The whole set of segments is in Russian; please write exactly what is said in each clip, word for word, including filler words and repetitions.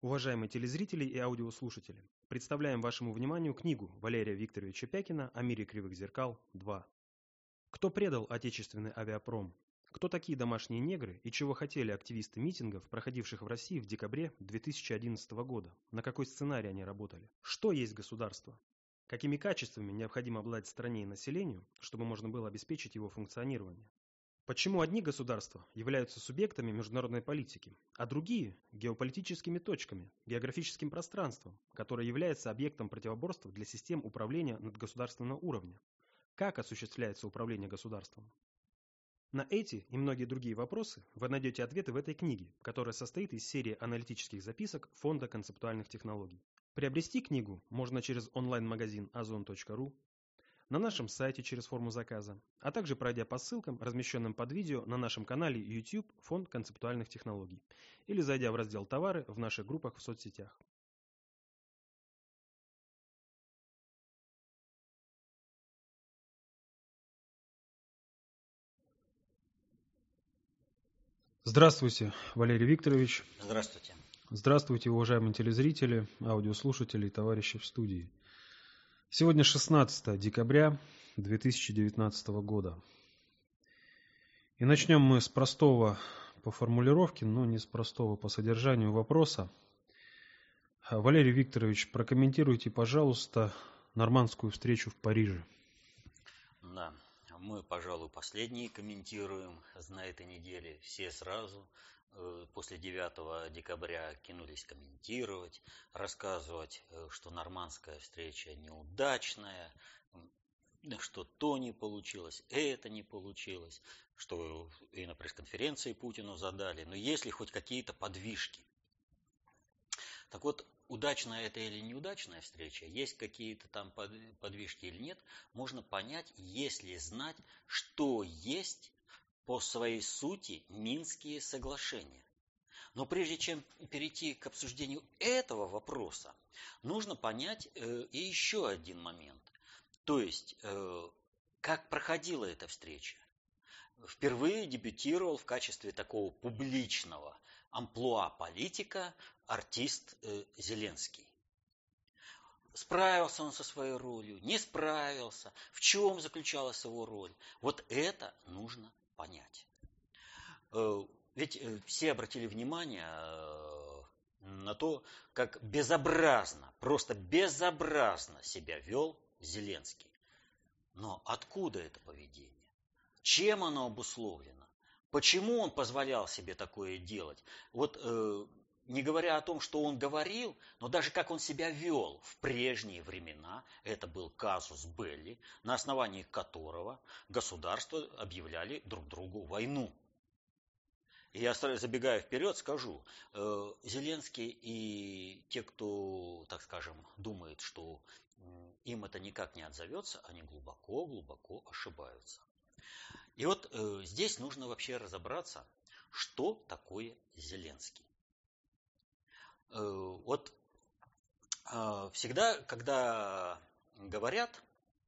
Уважаемые телезрители и аудиослушатели, представляем вашему вниманию книгу Валерия Викторовича Пякина «О мире кривых зеркал. два». Кто предал отечественный авиапром? Кто такие домашние негры и чего хотели активисты митингов, проходивших в России в декабре две тысячи одиннадцатого года? На какой сценарий они работали? Что есть государство? Какими качествами необходимо обладать стране и населению, чтобы можно было обеспечить его функционирование? Почему одни государства являются субъектами международной политики, а другие – геополитическими точками, географическим пространством, которое является объектом противоборств для систем управления надгосударственного уровня? Как осуществляется управление государством? На эти и многие другие вопросы вы найдете ответы в этой книге, которая состоит из серии аналитических записок Фонда концептуальных технологий. Приобрести книгу можно через онлайн-магазин озон точка ру, на нашем сайте через форму заказа, а также пройдя по ссылкам, размещенным под видео на нашем канале YouTube Фонд концептуальных технологий, или зайдя в раздел «Товары» в наших группах в соцсетях. Здравствуйте, Валерий Викторович. Здравствуйте. Здравствуйте, уважаемые телезрители, аудиослушатели и товарищи в студии. Сегодня шестнадцатое декабря две тысячи девятнадцатого года. И начнем мы с простого по формулировке, но не с простого по содержанию вопроса. Валерий Викторович, прокомментируйте, пожалуйста, нормандскую встречу в Париже. Да, мы, пожалуй, последние комментируем на этой неделе. Все сразу после девятого декабря кинулись комментировать, рассказывать, что нормандская встреча неудачная, что то не получилось, это не получилось, что и на пресс-конференции Путину задали, но есть ли хоть какие-то подвижки. Так вот, удачная это или неудачная встреча, есть какие-то там подвижки или нет, можно понять, если знать, что есть по своей сути Минские соглашения. Но прежде чем перейти к обсуждению этого вопроса, нужно понять э, и еще один момент. То есть, э, как проходила эта встреча. Впервые дебютировал в качестве такого публичного амплуа политика артист э, Зеленский. Справился он со своей ролью, не справился, в чем заключалась его роль. Вот это нужно понять. Э, ведь э, все обратили внимание э, на то, как безобразно, просто безобразно себя вел Зеленский. Но откуда это поведение? Чем оно обусловлено? Почему он позволял себе такое делать? Вот э, не говоря о том, что он говорил, но даже как он себя вел в прежние времена, это был казус белли, на основании которого государства объявляли друг другу войну. И я, забегая вперед, скажу, э, Зеленский и те, кто, так скажем, думает, что им это никак не отзовется, они глубоко-глубоко ошибаются. И вот э, здесь нужно вообще разобраться, что такое Зеленский. Э, вот э, всегда, когда говорят,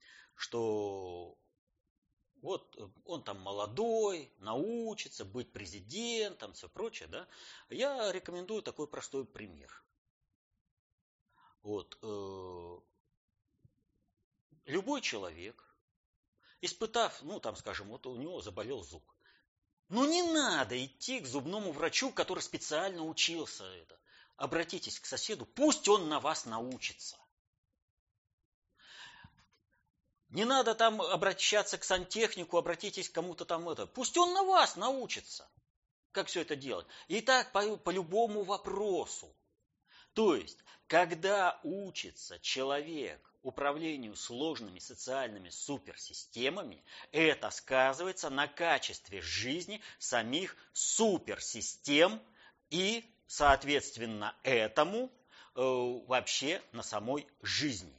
что вот он там молодой, научится быть президентом, все прочее, да, я рекомендую такой простой пример. Вот, э, любой человек, испытав, ну там, скажем, вот у него заболел зуб, ну не надо идти к зубному врачу, который специально учился это. Обратитесь к соседу, пусть он на вас научится. Не надо там обращаться к сантехнику, обратитесь к кому-то там это. Пусть он на вас научится, как все это делать. И так по, по любому вопросу. То есть, когда учится человек управлению сложными социальными суперсистемами, это сказывается на качестве жизни самих суперсистем и, соответственно, этому э, вообще на самой жизни.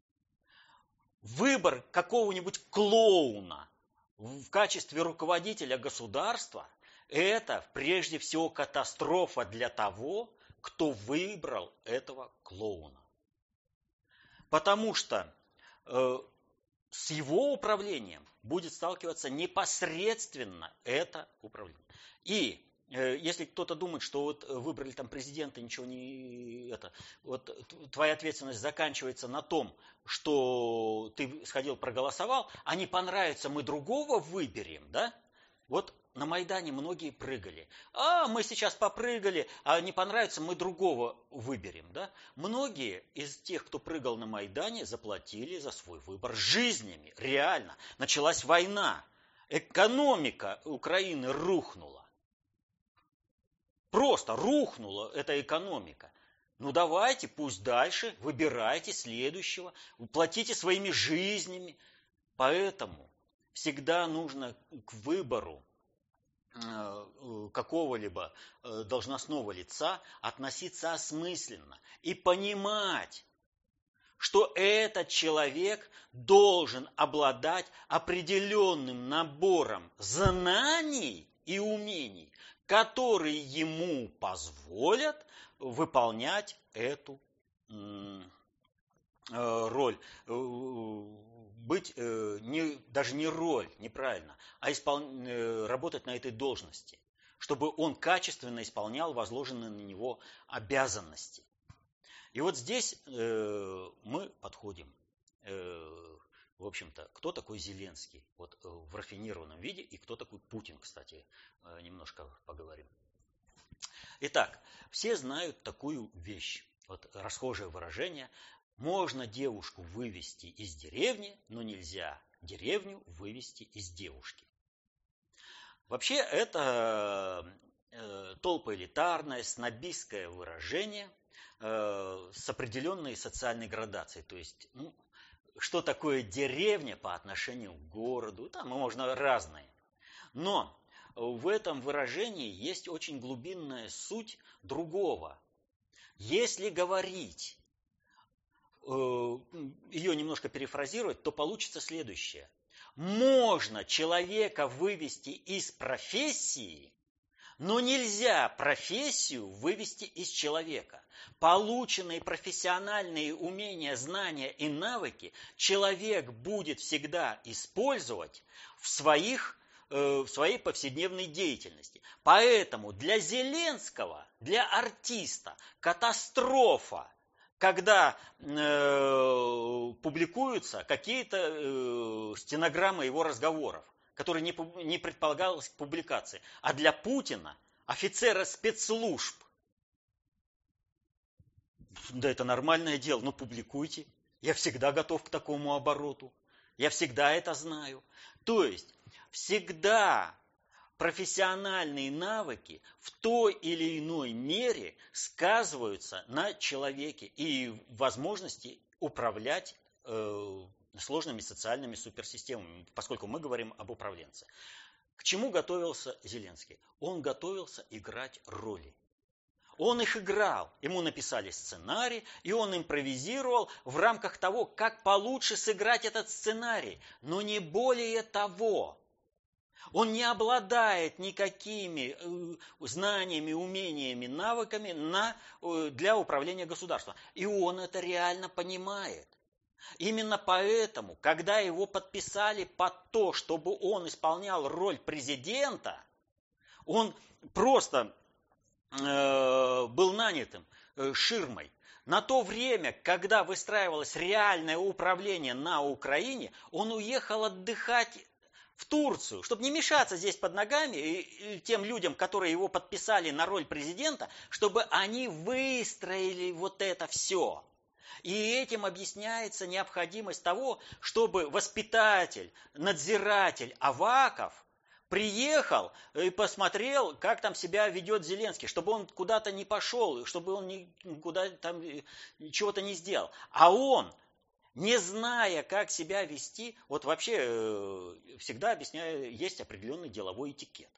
Выбор какого-нибудь клоуна в качестве руководителя государства – это прежде всего катастрофа для того, кто выбрал этого клоуна. Потому что э, с его управлением будет сталкиваться непосредственно это управление. И Если кто-то думает, что вот выбрали там президента, ничего не... Это, вот твоя ответственность заканчивается на том, что ты сходил, проголосовал, а не понравится, мы другого выберем, да? Вот на Майдане многие прыгали. А, мы сейчас попрыгали, а не понравится, мы другого выберем, да? Многие из тех, кто прыгал на Майдане, заплатили за свой выбор жизнями. Реально. Началась война. Экономика Украины рухнула. Просто рухнула эта экономика. Ну давайте, пусть дальше, выбирайте следующего, платите своими жизнями. Поэтому всегда нужно к выбору какого-либо должностного лица относиться осмысленно и понимать, что этот человек должен обладать определенным набором знаний и умений, которые ему позволят выполнять эту роль, быть не, даже не роль, неправильно, а испол... работать на этой должности, чтобы он качественно исполнял возложенные на него обязанности. И вот здесь мы подходим, в общем-то, кто такой Зеленский, вот в рафинированном виде, и кто такой Путин, кстати, немножко поговорим. Итак, все знают такую вещь, вот расхожее выражение: можно девушку вывести из деревни, но нельзя деревню вывести из девушки. Вообще это толпоэлитарное, снобистское выражение с определенной социальной градацией. То есть, ну, что такое деревня по отношению к городу, там можно разные. Но в этом выражении есть очень глубинная суть другого. Если говорить, ее немножко перефразировать, то получится следующее. Можно человека вывести из профессии, но нельзя профессию вывести из человека. Полученные профессиональные умения, знания и навыки человек будет всегда использовать в, своих, э, в своей повседневной деятельности. Поэтому для Зеленского, для артиста катастрофа, когда э, публикуются какие-то э, стенограммы его разговоров, которые не, не предполагалось к публикации. А для Путина, офицера спецслужб, да это нормальное дело, ну публикуйте. Я всегда готов к такому обороту. Я всегда это знаю. То есть, всегда профессиональные навыки в той или иной мере сказываются на человеке и возможности управлять э, сложными социальными суперсистемами, поскольку мы говорим об управленце. К чему готовился Зеленский? Он готовился играть роли. Он их играл. Ему написали сценарий, и он импровизировал в рамках того, как получше сыграть этот сценарий. Но не более того. Он не обладает никакими знаниями, умениями, навыками на, для управления государством. И он это реально понимает. Именно поэтому, когда его подписали под то, чтобы он исполнял роль президента, он просто э, был нанятым э, ширмой. На то время, когда выстраивалось реальное управление на Украине, он уехал отдыхать в Турцию, чтобы не мешаться здесь под ногами и, и тем людям, которые его подписали на роль президента, чтобы они выстроили вот это все. И этим объясняется необходимость того, чтобы воспитатель, надзиратель Аваков приехал и посмотрел, как там себя ведет Зеленский, чтобы он куда-то не пошел, чтобы он никуда там чего-то не сделал. А он, не зная, как себя вести, вот вообще всегда объясняю, есть определенный деловой этикет.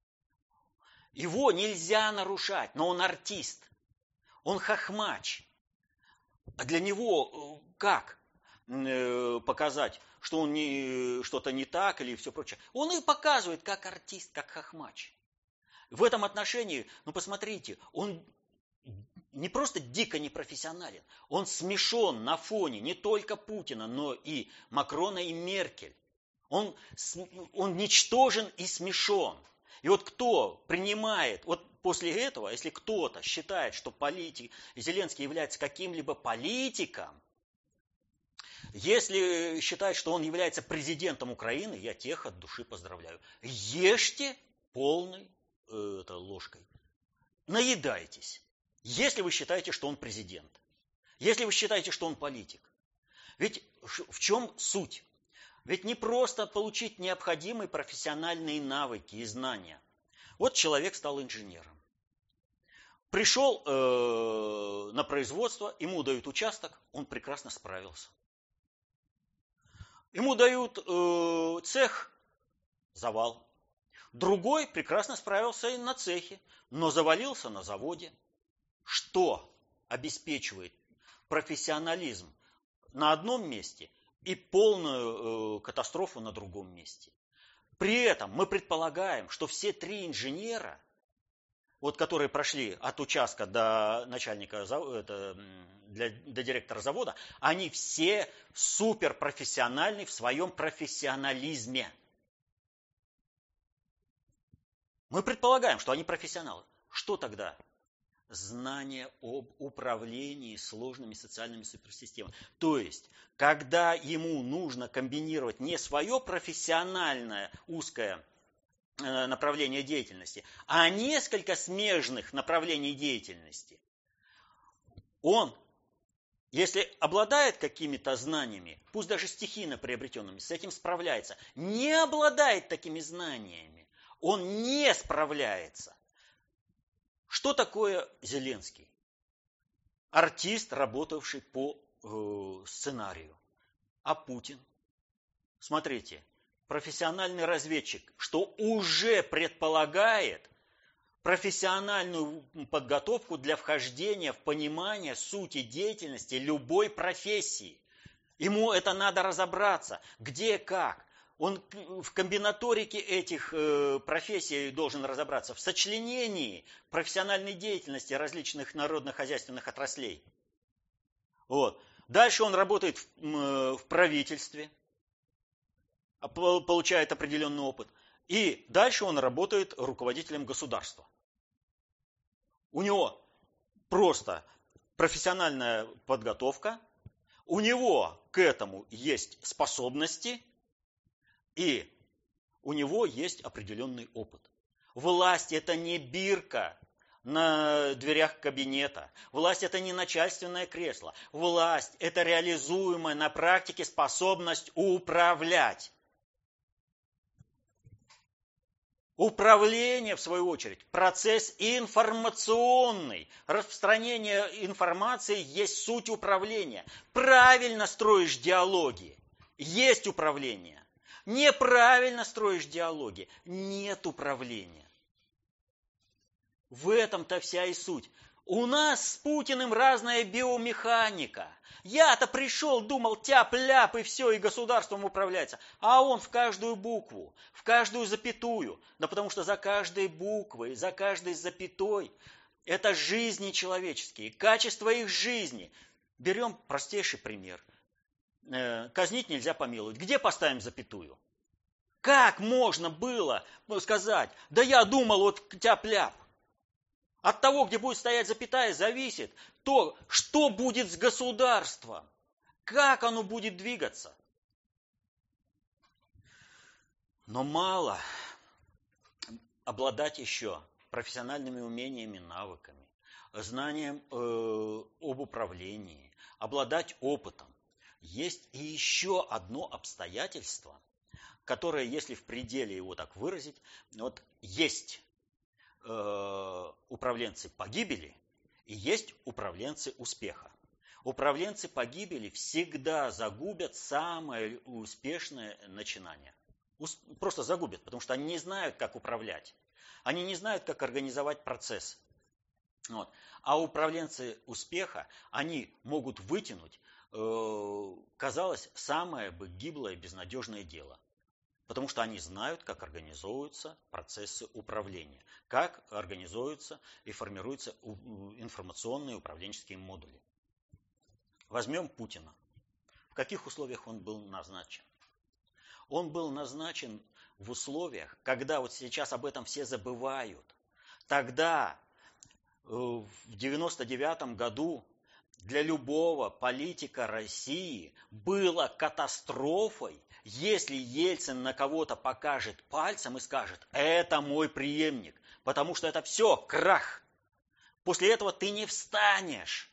Его нельзя нарушать, но он артист, он хохмач. А для него как показать, что он не, что-то не так или все прочее? Он и показывает как артист, как хохмач. В этом отношении, ну посмотрите, он не просто дико непрофессионален, он смешон на фоне не только Путина, но и Макрона и Меркель. Он, он ничтожен и смешон. И вот кто принимает, вот после этого, если кто-то считает, что политик, Зеленский является каким-либо политиком, если считает, что он является президентом Украины, я тех от души поздравляю. Ешьте полной э, это, ложкой. Наедайтесь, если вы считаете, что он президент. Если вы считаете, что он политик. Ведь в чем суть? Ведь не просто получить необходимые профессиональные навыки и знания. Вот человек стал инженером. Пришел э, на производство, ему дают участок, он прекрасно справился. Ему дают э, цех, завал. Другой прекрасно справился и на цехе, но завалился на заводе. Что обеспечивает профессионализм на одном месте и полную э, катастрофу на другом месте? При этом мы предполагаем, что все три инженера, вот, которые прошли от участка до начальника, это, для, до директора завода, они все суперпрофессиональны в своем профессионализме. Мы предполагаем, что они профессионалы. Что тогда? Знание об управлении сложными социальными суперсистемами. То есть, когда ему нужно комбинировать не свое профессиональное узкое направление деятельности, а несколько смежных направлений деятельности, он, если обладает какими-то знаниями, пусть даже стихийно приобретенными, с этим справляется. Не обладает такими знаниями, он не справляется. Что такое Зеленский? Артист, работавший по э, сценарию. А Путин? Смотрите, профессиональный разведчик, что уже предполагает профессиональную подготовку для вхождения в понимание сути деятельности любой профессии. Ему это надо разобраться, где, как. Он в комбинаторике этих э, профессий должен разобраться, в сочленении профессиональной деятельности различных народно-хозяйственных отраслей. Вот. Дальше он работает в, э, в правительстве, получает определенный опыт. И дальше он работает руководителем государства. У него просто профессиональная подготовка, у него к этому есть способности, и у него есть определенный опыт. Власть – это не бирка на дверях кабинета. Власть – это не начальственное кресло. Власть – это реализуемая на практике способность управлять. Управление, в свою очередь, процесс информационный. Распространение информации есть суть управления. Правильно строишь диалоги – есть управление. Неправильно строишь диалоги – нет управления. В этом-то вся и суть. У нас с Путиным разная биомеханика. Я-то пришел, думал, тяп-ляп, и все, и государством управляется. А он в каждую букву, в каждую запятую. Да потому что за каждой буквой, за каждой запятой это жизни человеческие, качество их жизни. Берем простейший пример. Казнить нельзя помиловать. Где поставим запятую? Как можно было сказать, да я думал, вот тяп-ляп. От того, где будет стоять запятая, зависит то, что будет с государством, как оно будет двигаться. Но мало обладать еще профессиональными умениями, навыками, знанием э, об управлении, обладать опытом. Есть и еще одно обстоятельство, которое, если в пределе его так выразить, вот есть э, управленцы погибели и есть управленцы успеха. Управленцы погибели всегда загубят самое успешное начинание. Просто загубят, потому что они не знают, как управлять. Они не знают, как организовать процесс. Вот. А управленцы успеха, они могут вытянуть, э, казалось, самое бы гиблое, безнадежное дело. Потому что они знают, как организовываются процессы управления, как организуются и формируются информационные управленческие модули. Возьмем Путина. В каких условиях он был назначен? Он был назначен в условиях, когда вот сейчас об этом все забывают. Тогда, в девяносто девятом году, для любого политика России было катастрофой, если Ельцин на кого-то покажет пальцем и скажет: это мой преемник, потому что это все, крах. После этого ты не встанешь.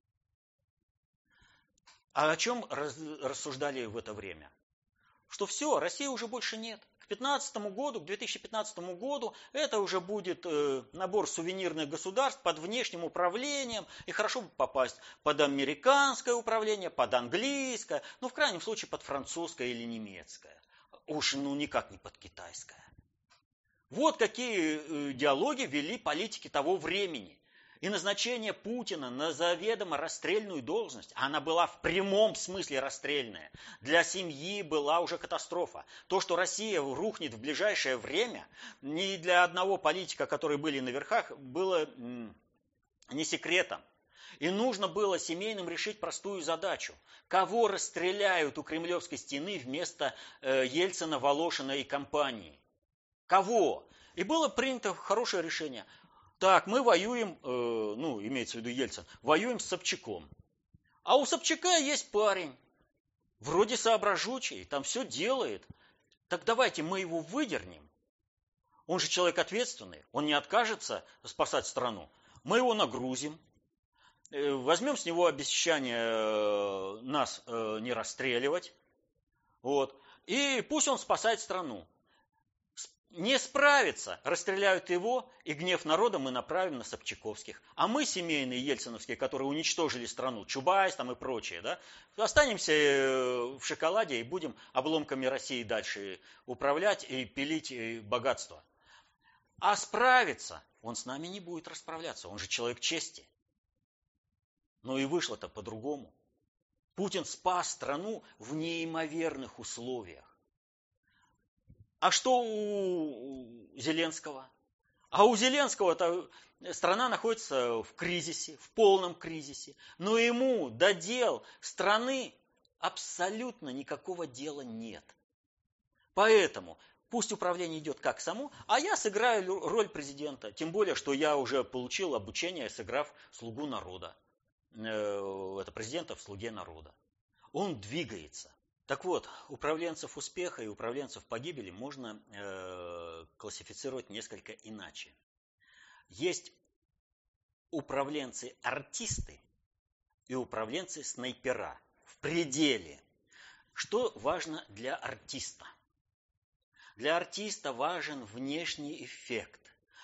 А о чем рассуждали в это время? Что все, России уже больше нет. К пятнадцатому году, к две тысячи пятнадцатому году это уже будет э, набор сувенирных государств под внешним управлением, и хорошо бы попасть под американское управление, под английское, ну в крайнем случае под французское или немецкое. Уж ну никак не под китайское. Вот какие диалоги вели политики того времени. И назначение Путина на заведомо расстрельную должность, она была в прямом смысле расстрельная, для семьи была уже катастрофа. То, что Россия рухнет в ближайшее время, ни для одного политика, которые были на верхах, было не секретом. И нужно было семейным решить простую задачу. Кого расстреляют у Кремлевской стены вместо Ельцина, Волошина и компании? Кого? И было принято хорошее решение. Так, мы воюем, э, ну, имеется в виду Ельцин, воюем с Собчаком. А у Собчака есть парень, вроде соображучий, там все делает. Так давайте мы его выдернем. Он же человек ответственный, он не откажется спасать страну. Мы его нагрузим, э, возьмем с него обещание э, нас э, не расстреливать, вот, и пусть он спасает страну. Не справится, расстреляют его, и гнев народа мы направим на собчаковских. А мы, семейные ельциновские, которые уничтожили страну, Чубайс там и прочее, да, останемся в шоколаде и будем обломками России дальше управлять и пилить богатство. А справится, он с нами не будет расправляться, он же человек чести. Но и вышло-то по-другому. Путин спас страну в неимоверных условиях. А что у Зеленского? А у Зеленского-то страна находится в кризисе, в полном кризисе. Но ему до дел страны абсолютно никакого дела нет. Поэтому пусть управление идет как само, а я сыграю роль президента. Тем более, что я уже получил обучение, сыграв слугу народа. Это президента в слуге народа. Он двигается. Так вот, управленцев успеха и управленцев погибели можно э, классифицировать несколько иначе. Есть управленцы-артисты и управленцы-снайпера в пределе. Что важно для артиста? Для артиста важен внешний эффект,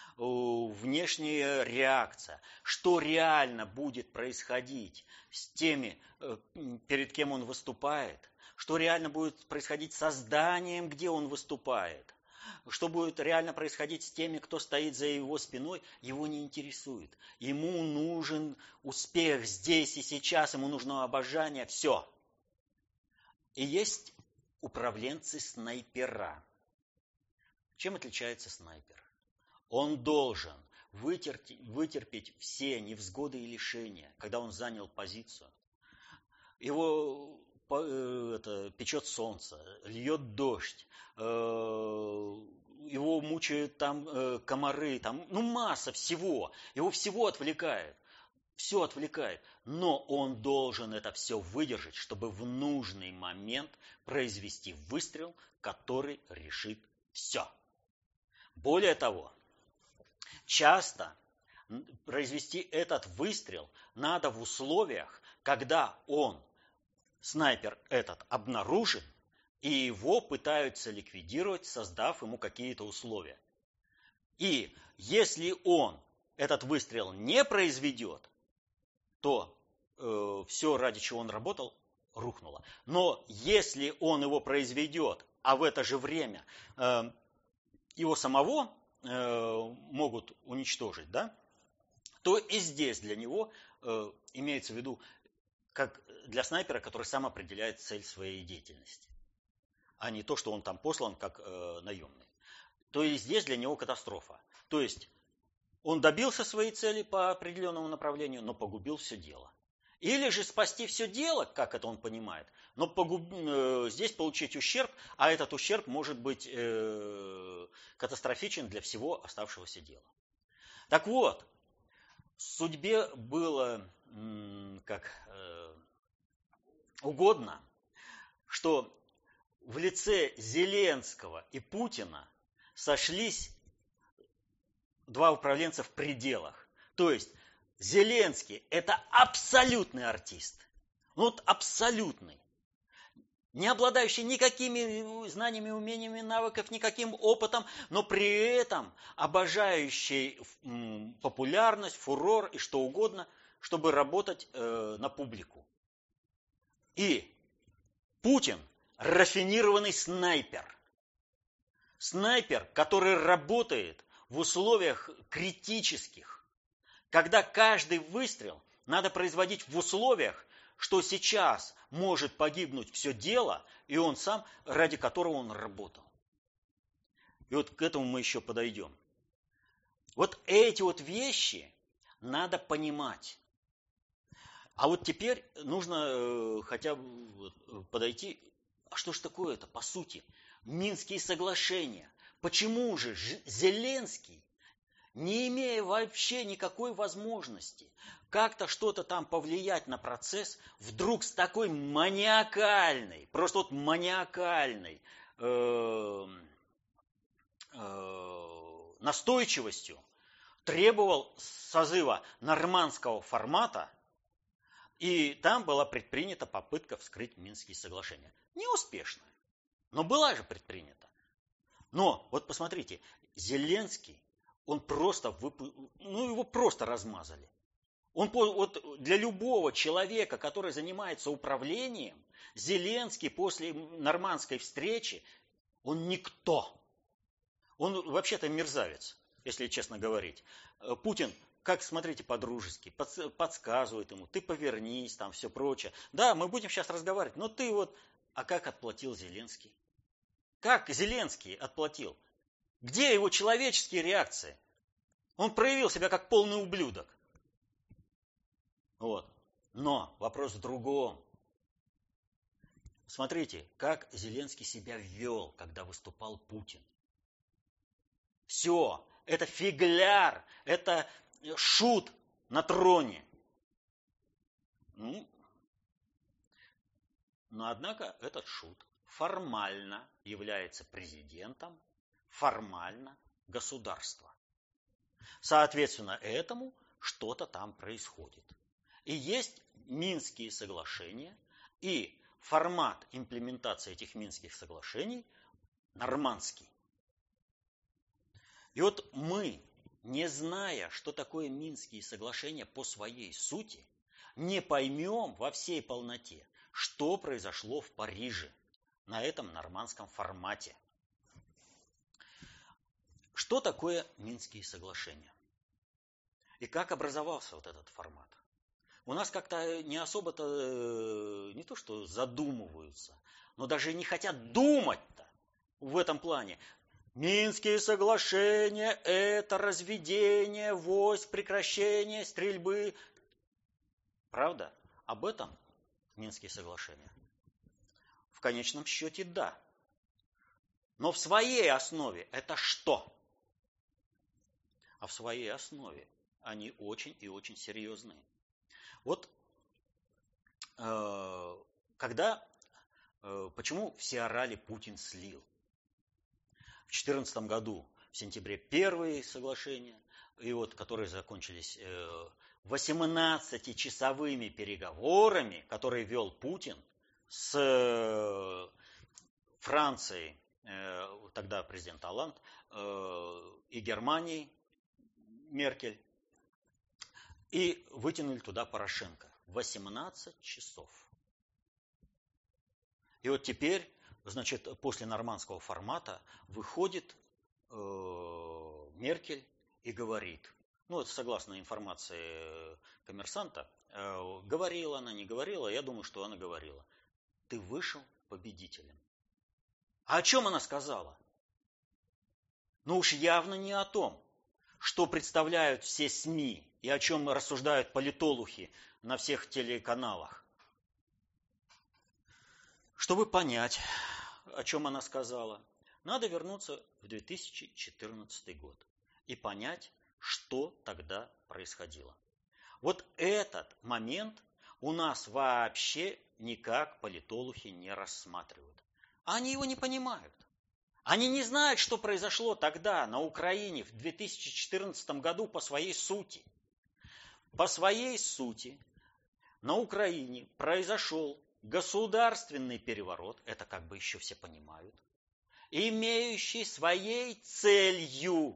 внешняя реакция, что реально будет происходить с теми, перед кем он выступает, что реально будет происходить со зданием, где он выступает, что будет реально происходить с теми, кто стоит за его спиной, его не интересует. Ему нужен успех здесь и сейчас, ему нужно обожание, все. И есть управленцы-снайпера. Чем отличается снайпер? Он должен вытерпеть, вытерпеть все невзгоды и лишения, когда он занял позицию. Его это, печет солнце, льет дождь, э, его мучают там э, комары, там, ну масса всего, его всего отвлекает, все отвлекает, но он должен это все выдержать, чтобы в нужный момент произвести выстрел, который решит все. Более того, часто произвести этот выстрел надо в условиях, когда он, снайпер этот, обнаружен, и его пытаются ликвидировать, создав ему какие-то условия. И если он этот выстрел не произведет, то э, все, ради чего он работал, рухнуло. Но если он его произведет, а в это же время э, его самого э, могут уничтожить, да, то и здесь для него э, имеется в виду, как для снайпера, который сам определяет цель своей деятельности, а не то, что он там послан как э, наемный. То есть здесь для него катастрофа. То есть он добился своей цели по определенному направлению, но погубил все дело. Или же спасти все дело, как это он понимает, но погуб... э, здесь получить ущерб, а этот ущерб может быть э, катастрофичен для всего оставшегося дела. Так вот, судьбе было м, как э, угодно, что в лице Зеленского и Путина сошлись два управленца в пределах. То есть Зеленский – это абсолютный артист. Ну вот абсолютный. Не обладающий никакими знаниями, умениями, навыков, никаким опытом, но при этом обожающий м, популярность, фурор и что угодно, чтобы работать э, на публику. И Путин – рафинированный снайпер. Снайпер, который работает в условиях критических, когда каждый выстрел надо производить в условиях, что сейчас может погибнуть все дело, и он сам, ради которого он работал. И вот к этому мы еще подойдем. Вот эти вот вещи надо понимать. А вот теперь нужно э, хотя бы подойти, а что ж такое-то, по сути, Минские соглашения? Почему же Зеленский, не имея вообще никакой возможности как-то что-то там повлиять на процесс, вдруг с такой маниакальной, просто вот маниакальной э, э, настойчивостью требовал созыва нормандского формата, и там была предпринята попытка вскрыть Минские соглашения. Неуспешная, но была же предпринята. Но вот посмотрите, Зеленский, он просто, вып... ну его просто размазали. Он, вот для любого человека, который занимается управлением, Зеленский после нормандской встречи, он никто. Он вообще-то мерзавец, если честно говорить. Путин, как, смотрите, по-дружески, подсказывает ему, ты повернись, там все прочее. Да, мы будем сейчас разговаривать, но ты вот... А как отплатил Зеленский? Как Зеленский отплатил? Где его человеческие реакции? Он проявил себя как полный ублюдок. Вот. Но вопрос в другом. Смотрите, как Зеленский себя вел, когда выступал Путин. Все, это фигляр, это шут на троне. Ну, но однако этот шут формально является президентом, формально государства. Соответственно, этому что-то там происходит. И есть Минские соглашения, и формат имплементации этих Минских соглашений нормандский. И вот мы, не зная, что такое Минские соглашения по своей сути, не поймем во всей полноте, что произошло в Париже на этом нормандском формате. Что такое Минские соглашения? И как образовался вот этот формат? У нас как-то не особо-то, не то что задумываются, но даже не хотят думать-то в этом плане. Минские соглашения – это разведение войск, прекращение стрельбы. Правда? Об этом Минские соглашения? В конечном счете да. Но в своей основе это что? А в своей основе они очень и очень серьезные. Вот э, когда, э, почему все орали «Путин слил»? В две тысячи четырнадцатом году, в сентябре, первые соглашения, и вот, которые закончились э, восемнадцатичасовыми переговорами, которые вел Путин с э, Францией, э, тогда президент Олланд, э, и Германией, Меркель, и вытянули туда Порошенко. восемнадцать часов. И вот теперь, значит, после нормандского формата выходит э, Меркель и говорит, ну, это согласно информации «Коммерсанта», э, говорила она, не говорила, я думаю, что она говорила. Ты вышел победителем. А о чем она сказала? Ну уж явно не о том, что представляют все СМИ и о чем рассуждают политологи на всех телеканалах. Чтобы понять, о чем она сказала, надо вернуться в две тысячи четырнадцатый год и понять, что тогда происходило. Вот этот момент у нас вообще никак политологи не рассматривают. Они его не понимают. Они не знают, что произошло тогда на Украине в две тысячи четырнадцатом году по своей сути. По своей сути на Украине произошел государственный переворот, это как бы еще все понимают, имеющий своей целью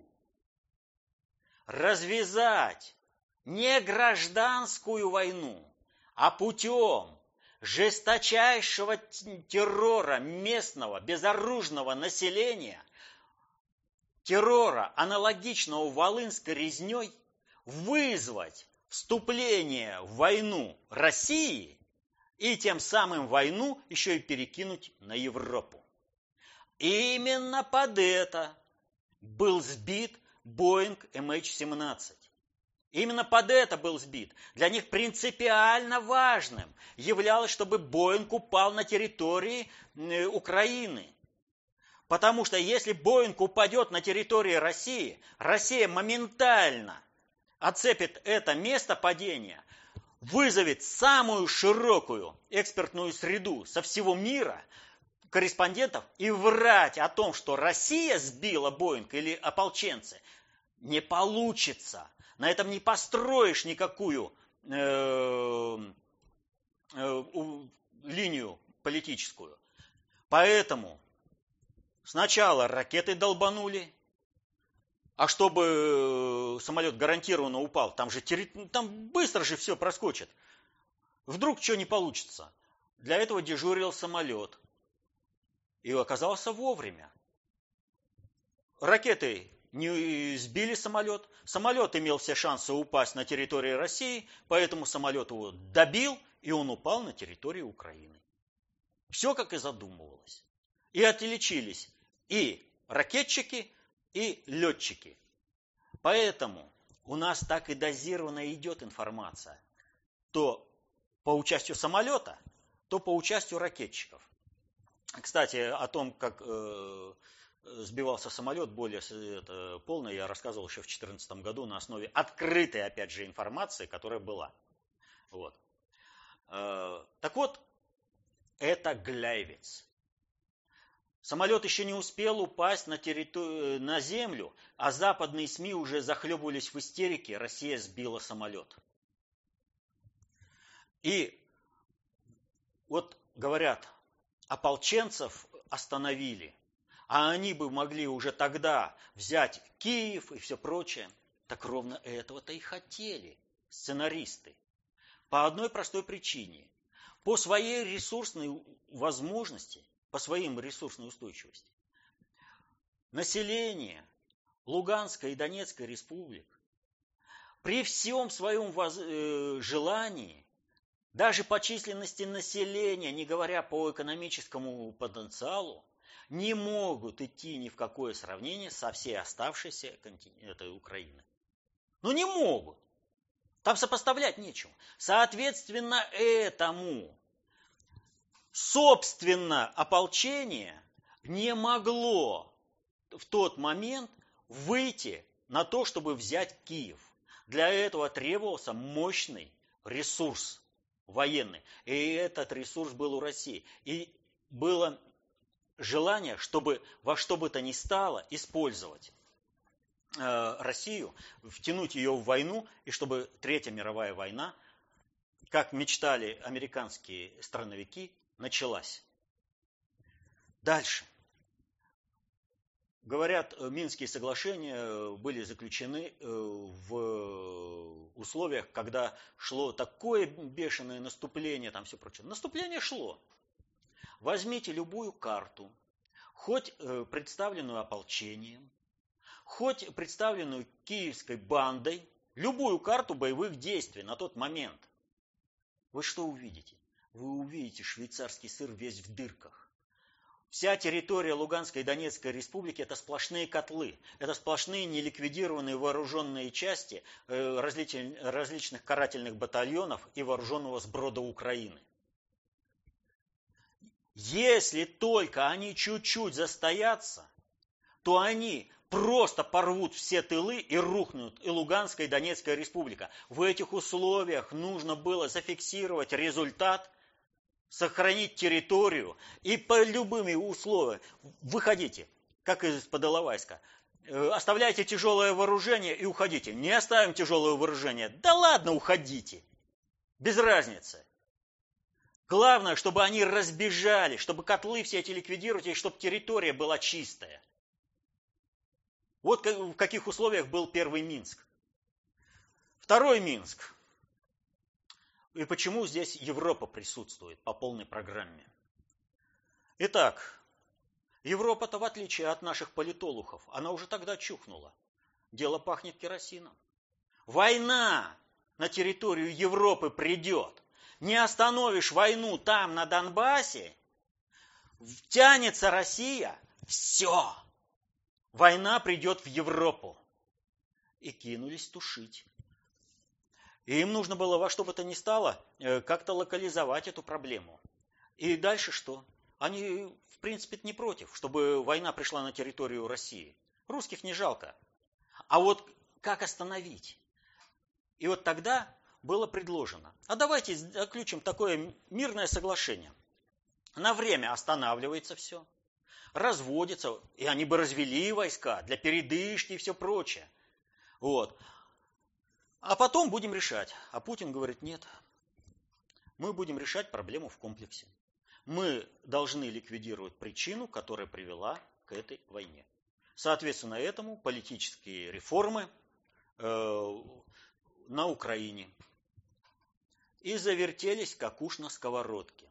развязать не гражданскую войну, а путем жесточайшего террора местного безоружного населения, террора, аналогичного Волынской резней, вызвать вступление в войну России и тем самым войну еще и перекинуть на Европу. И именно под это был сбит Боинг эм эйч семнадцать. Именно под это был сбит. Для них принципиально важным являлось, чтобы Боинг упал на территории Украины. Потому что если Боинг упадет на территории России, Россия моментально оцепит это место падения, вызовет самую широкую экспертную среду со всего мира, корреспондентов, и врать о том, что Россия сбила Боинг или ополченцы, не получится. На этом не построишь никакую э, э, линию политическую. Поэтому сначала ракеты долбанули, а чтобы самолет гарантированно упал, там же там быстро же все проскочит. Вдруг что не получится. Для этого дежурил самолет. И оказался вовремя. Ракеты не сбили самолет. Самолет имел все шансы упасть на территории России, поэтому самолет его добил, и он упал на территории Украины. Все как и задумывалось. И отличились и ракетчики, и летчики. Поэтому у нас так и дозированно идет информация. То по участию самолета, то по участию ракетчиков. Кстати, о том, как э, сбивался самолет, более это, полно, я рассказывал еще в две тысячи четырнадцатом году на основе открытой, опять же, информации, которая была. Вот. Э, так вот, это Гляйвиц. Самолет еще не успел упасть на, территор... на землю, а западные СМИ уже захлебывались в истерике, Россия сбила самолет. И вот говорят, ополченцев остановили, а они бы могли уже тогда взять Киев и все прочее. Так ровно этого-то и хотели сценаристы. По одной простой причине. По своей ресурсной возможности, по своим ресурсной устойчивости. Население Луганской и Донецкой республик при всем своем воз... э, желании, даже по численности населения, не говоря по экономическому потенциалу, не могут идти ни в какое сравнение со всей оставшейся этой Украины. Ну не могут. Там сопоставлять нечего. Соответственно этому, собственно, ополчение не могло в тот момент выйти на то, чтобы взять Киев. Для этого требовался мощный ресурс военный. И этот ресурс был у России. И было желание, чтобы во что бы то ни стало использовать э, Россию, втянуть ее в войну, и чтобы Третья мировая война, как мечтали американские страновики, началась. Дальше. Говорят, Минские соглашения были заключены в условиях, когда шло такое бешеное наступление, там все прочее. Наступление шло. Возьмите любую карту, хоть представленную ополчением, хоть представленную киевской бандой, любую карту боевых действий на тот момент. Вы что увидите? Вы увидите швейцарский сыр весь в дырках. Вся территория Луганской и Донецкой республики – это сплошные котлы, это сплошные неликвидированные вооруженные части различных карательных батальонов и вооруженного сброда Украины. Если только они чуть-чуть застоятся, то они просто порвут все тылы и рухнут и Луганская и Донецкая республика. В этих условиях нужно было зафиксировать результат, сохранить территорию и по любым условиям выходите, как из-под Иловайска. Оставляйте тяжелое вооружение и уходите. Не оставим тяжелое вооружение. Да ладно, уходите. Без разницы. Главное, чтобы они разбежали, чтобы котлы все эти ликвидировать, и чтобы территория была чистая. Вот в каких условиях был первый Минск. Второй Минск. И почему здесь Европа присутствует по полной программе? Итак, Европа-то, в отличие от наших политологов, она уже тогда чухнула. Дело пахнет керосином. Война на территорию Европы придет. Не остановишь войну там, на Донбассе, тянется Россия, все. Война придет в Европу. И кинулись тушить. И им нужно было во что бы то ни стало как-то локализовать эту проблему. И дальше что? Они, в принципе, не против, чтобы война пришла на территорию России. Русских не жалко. А вот как остановить? И вот тогда было предложено. А давайте заключим такое мирное соглашение. На время останавливается все. Разводится. И они бы развели войска для передышки и все прочее. Вот. А потом будем решать. А Путин говорит, нет. Мы будем решать проблему в комплексе. Мы должны ликвидировать причину, которая привела к этой войне. Соответственно, этому политические реформы э, на Украине. И завертелись, как уж на сковородке.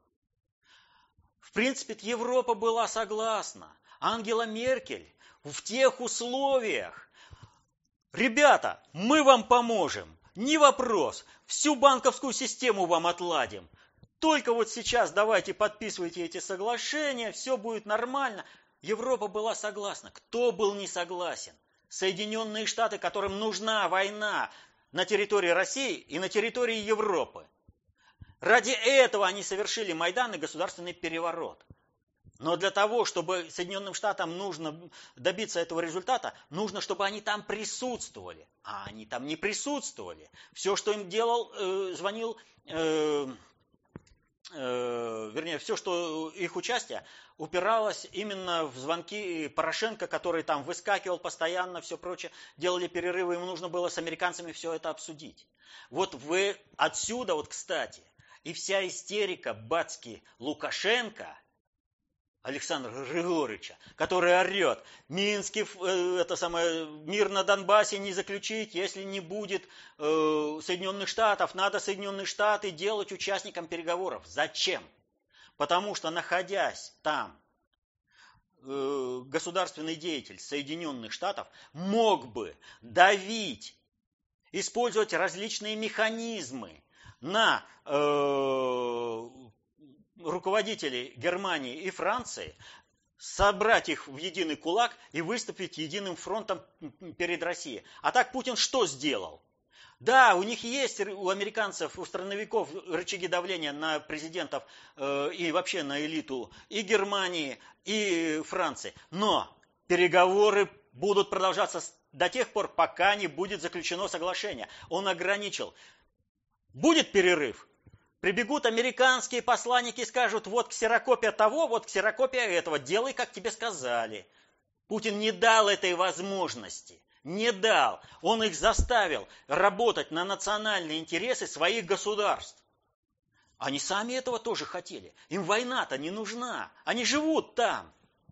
В принципе, Европа была согласна. Ангела Меркель в тех условиях. Ребята, мы вам поможем. Не вопрос. Всю банковскую систему вам отладим. Только вот сейчас давайте подписывайте эти соглашения, все будет нормально. Европа была согласна. Кто был не согласен? Соединенные Штаты, которым нужна война на территории России и на территории Европы. Ради этого они совершили Майдан и государственный переворот. Но для того, чтобы Соединенным Штатам нужно добиться этого результата, нужно, чтобы они там присутствовали. А они там не присутствовали. Все, что им делал, э, звонил, э, э, вернее, все, что их участие, упиралось именно в звонки Порошенко, который там выскакивал постоянно, все прочее. Делали перерывы, им нужно было с американцами все это обсудить. Вот вы отсюда, вот кстати, и вся истерика Бацки Лукашенко, Александра Григорьевича, который орет, Минский, э, это самое, мир на Донбассе не заключить, если не будет э, Соединенных Штатов, надо Соединенные Штаты делать участником переговоров. Зачем? Потому что, находясь там, э, государственный деятель Соединенных Штатов мог бы давить, использовать различные механизмы на э, руководителей Германии и Франции, собрать их в единый кулак и выступить единым фронтом перед Россией. А так Путин что сделал? Да, у них есть, у американцев, у страновиков рычаги давления на президентов э, и вообще на элиту и Германии, и Франции. Но переговоры будут продолжаться до тех пор, пока не будет заключено соглашение. Он ограничил. Будет перерыв. Прибегут американские посланники и скажут, вот ксерокопия того, вот ксерокопия этого, делай, как тебе сказали. Путин не дал этой возможности, не дал. Он их заставил работать на национальные интересы своих государств. Они сами этого тоже хотели. Им война-то не нужна, они живут там.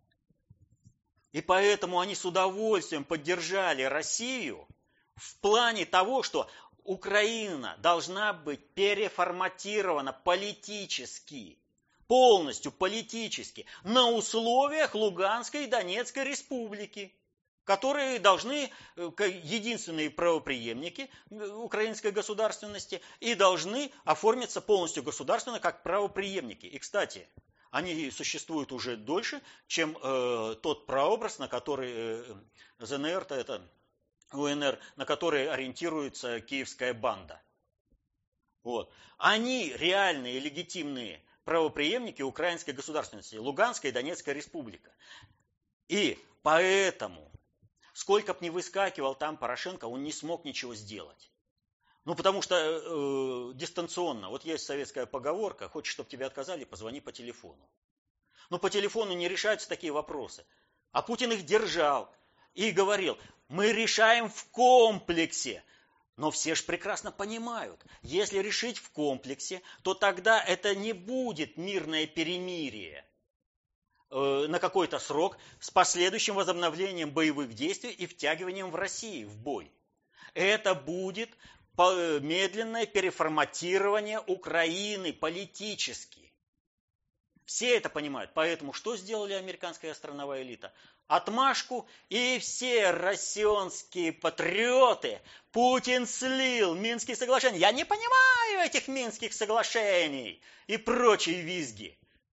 И поэтому они с удовольствием поддержали Россию в плане того, что Украина должна быть переформатирована политически, полностью политически, на условиях Луганской и Донецкой республики, которые должны, единственные правопреемники украинской государственности, и должны оформиться полностью государственно как правопреемники. И, кстати, Они существуют уже дольше, чем э, тот прообраз, на который э, ЗНР, это УНР, на который ориентируется киевская банда. Вот. Они реальные, легитимные правопреемники украинской государственности, Луганская и Донецкая республика. И поэтому, сколько бы ни выскакивал там Порошенко, он не смог ничего сделать. Ну, потому что э, дистанционно. Вот есть советская поговорка: хочешь, чтобы тебе отказали, позвони по телефону. Но по телефону не решаются такие вопросы. А Путин их держал и говорил: мы решаем в комплексе. Но все же прекрасно понимают, если решить в комплексе, то тогда это не будет мирное перемирие э, на какой-то срок с последующим возобновлением боевых действий и втягиванием в Россию в бой. Это будет медленное переформатирование Украины политически. Все это понимают. Поэтому что сделали американская страновая элита? Отмашку, и все россионские патриоты: Путин слил Минские соглашения. Я не понимаю этих Минских соглашений и прочие визги.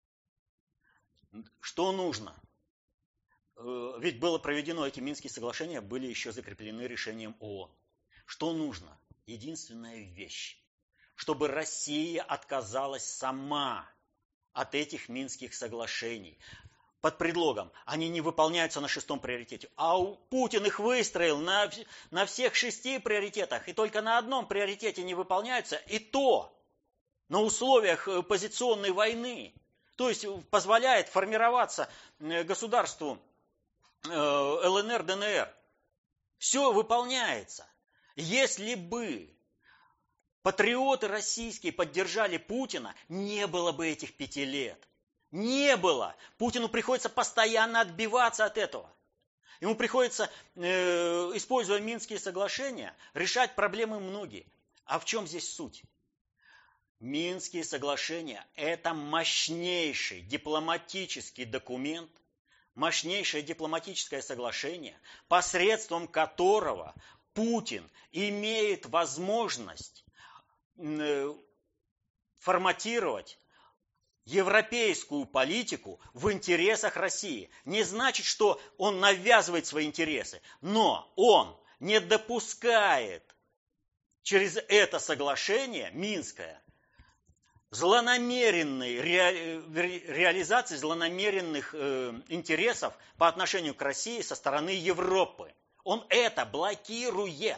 Что нужно? Ведь было проведено, эти Минские соглашения были еще закреплены решением ООН. Что нужно? Единственная вещь: чтобы Россия отказалась сама от этих Минских соглашений. Под предлогом, они не выполняются на шестом приоритете. А у Путин их выстроил на, на всех шести приоритетах, и только на одном приоритете не выполняются, и то на условиях позиционной войны. То есть позволяет формироваться государству ЛНР, ДНР. Все выполняется. Если бы патриоты российские поддержали Путина, не было бы этих пяти лет. Не было. Путину приходится постоянно отбиваться от этого. Ему приходится, э, используя Минские соглашения, решать проблемы многие. А в чем здесь суть? Минские соглашения – это мощнейший дипломатический документ, мощнейшее дипломатическое соглашение, посредством которого Путин имеет возможность э, форматировать европейскую политику в интересах России. Не значит, что он навязывает свои интересы, но он не допускает через это соглашение Минское злонамеренной ре, реализации злонамеренных э, интересов по отношению к России со стороны Европы. Он это блокирует.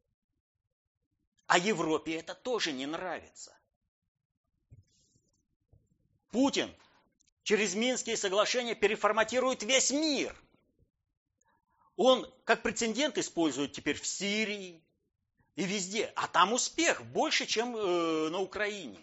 А Европе это тоже не нравится. Путин через Минские соглашения переформатирует весь мир. Он как прецедент использует теперь в Сирии и везде. А там успех больше, чем э, на Украине.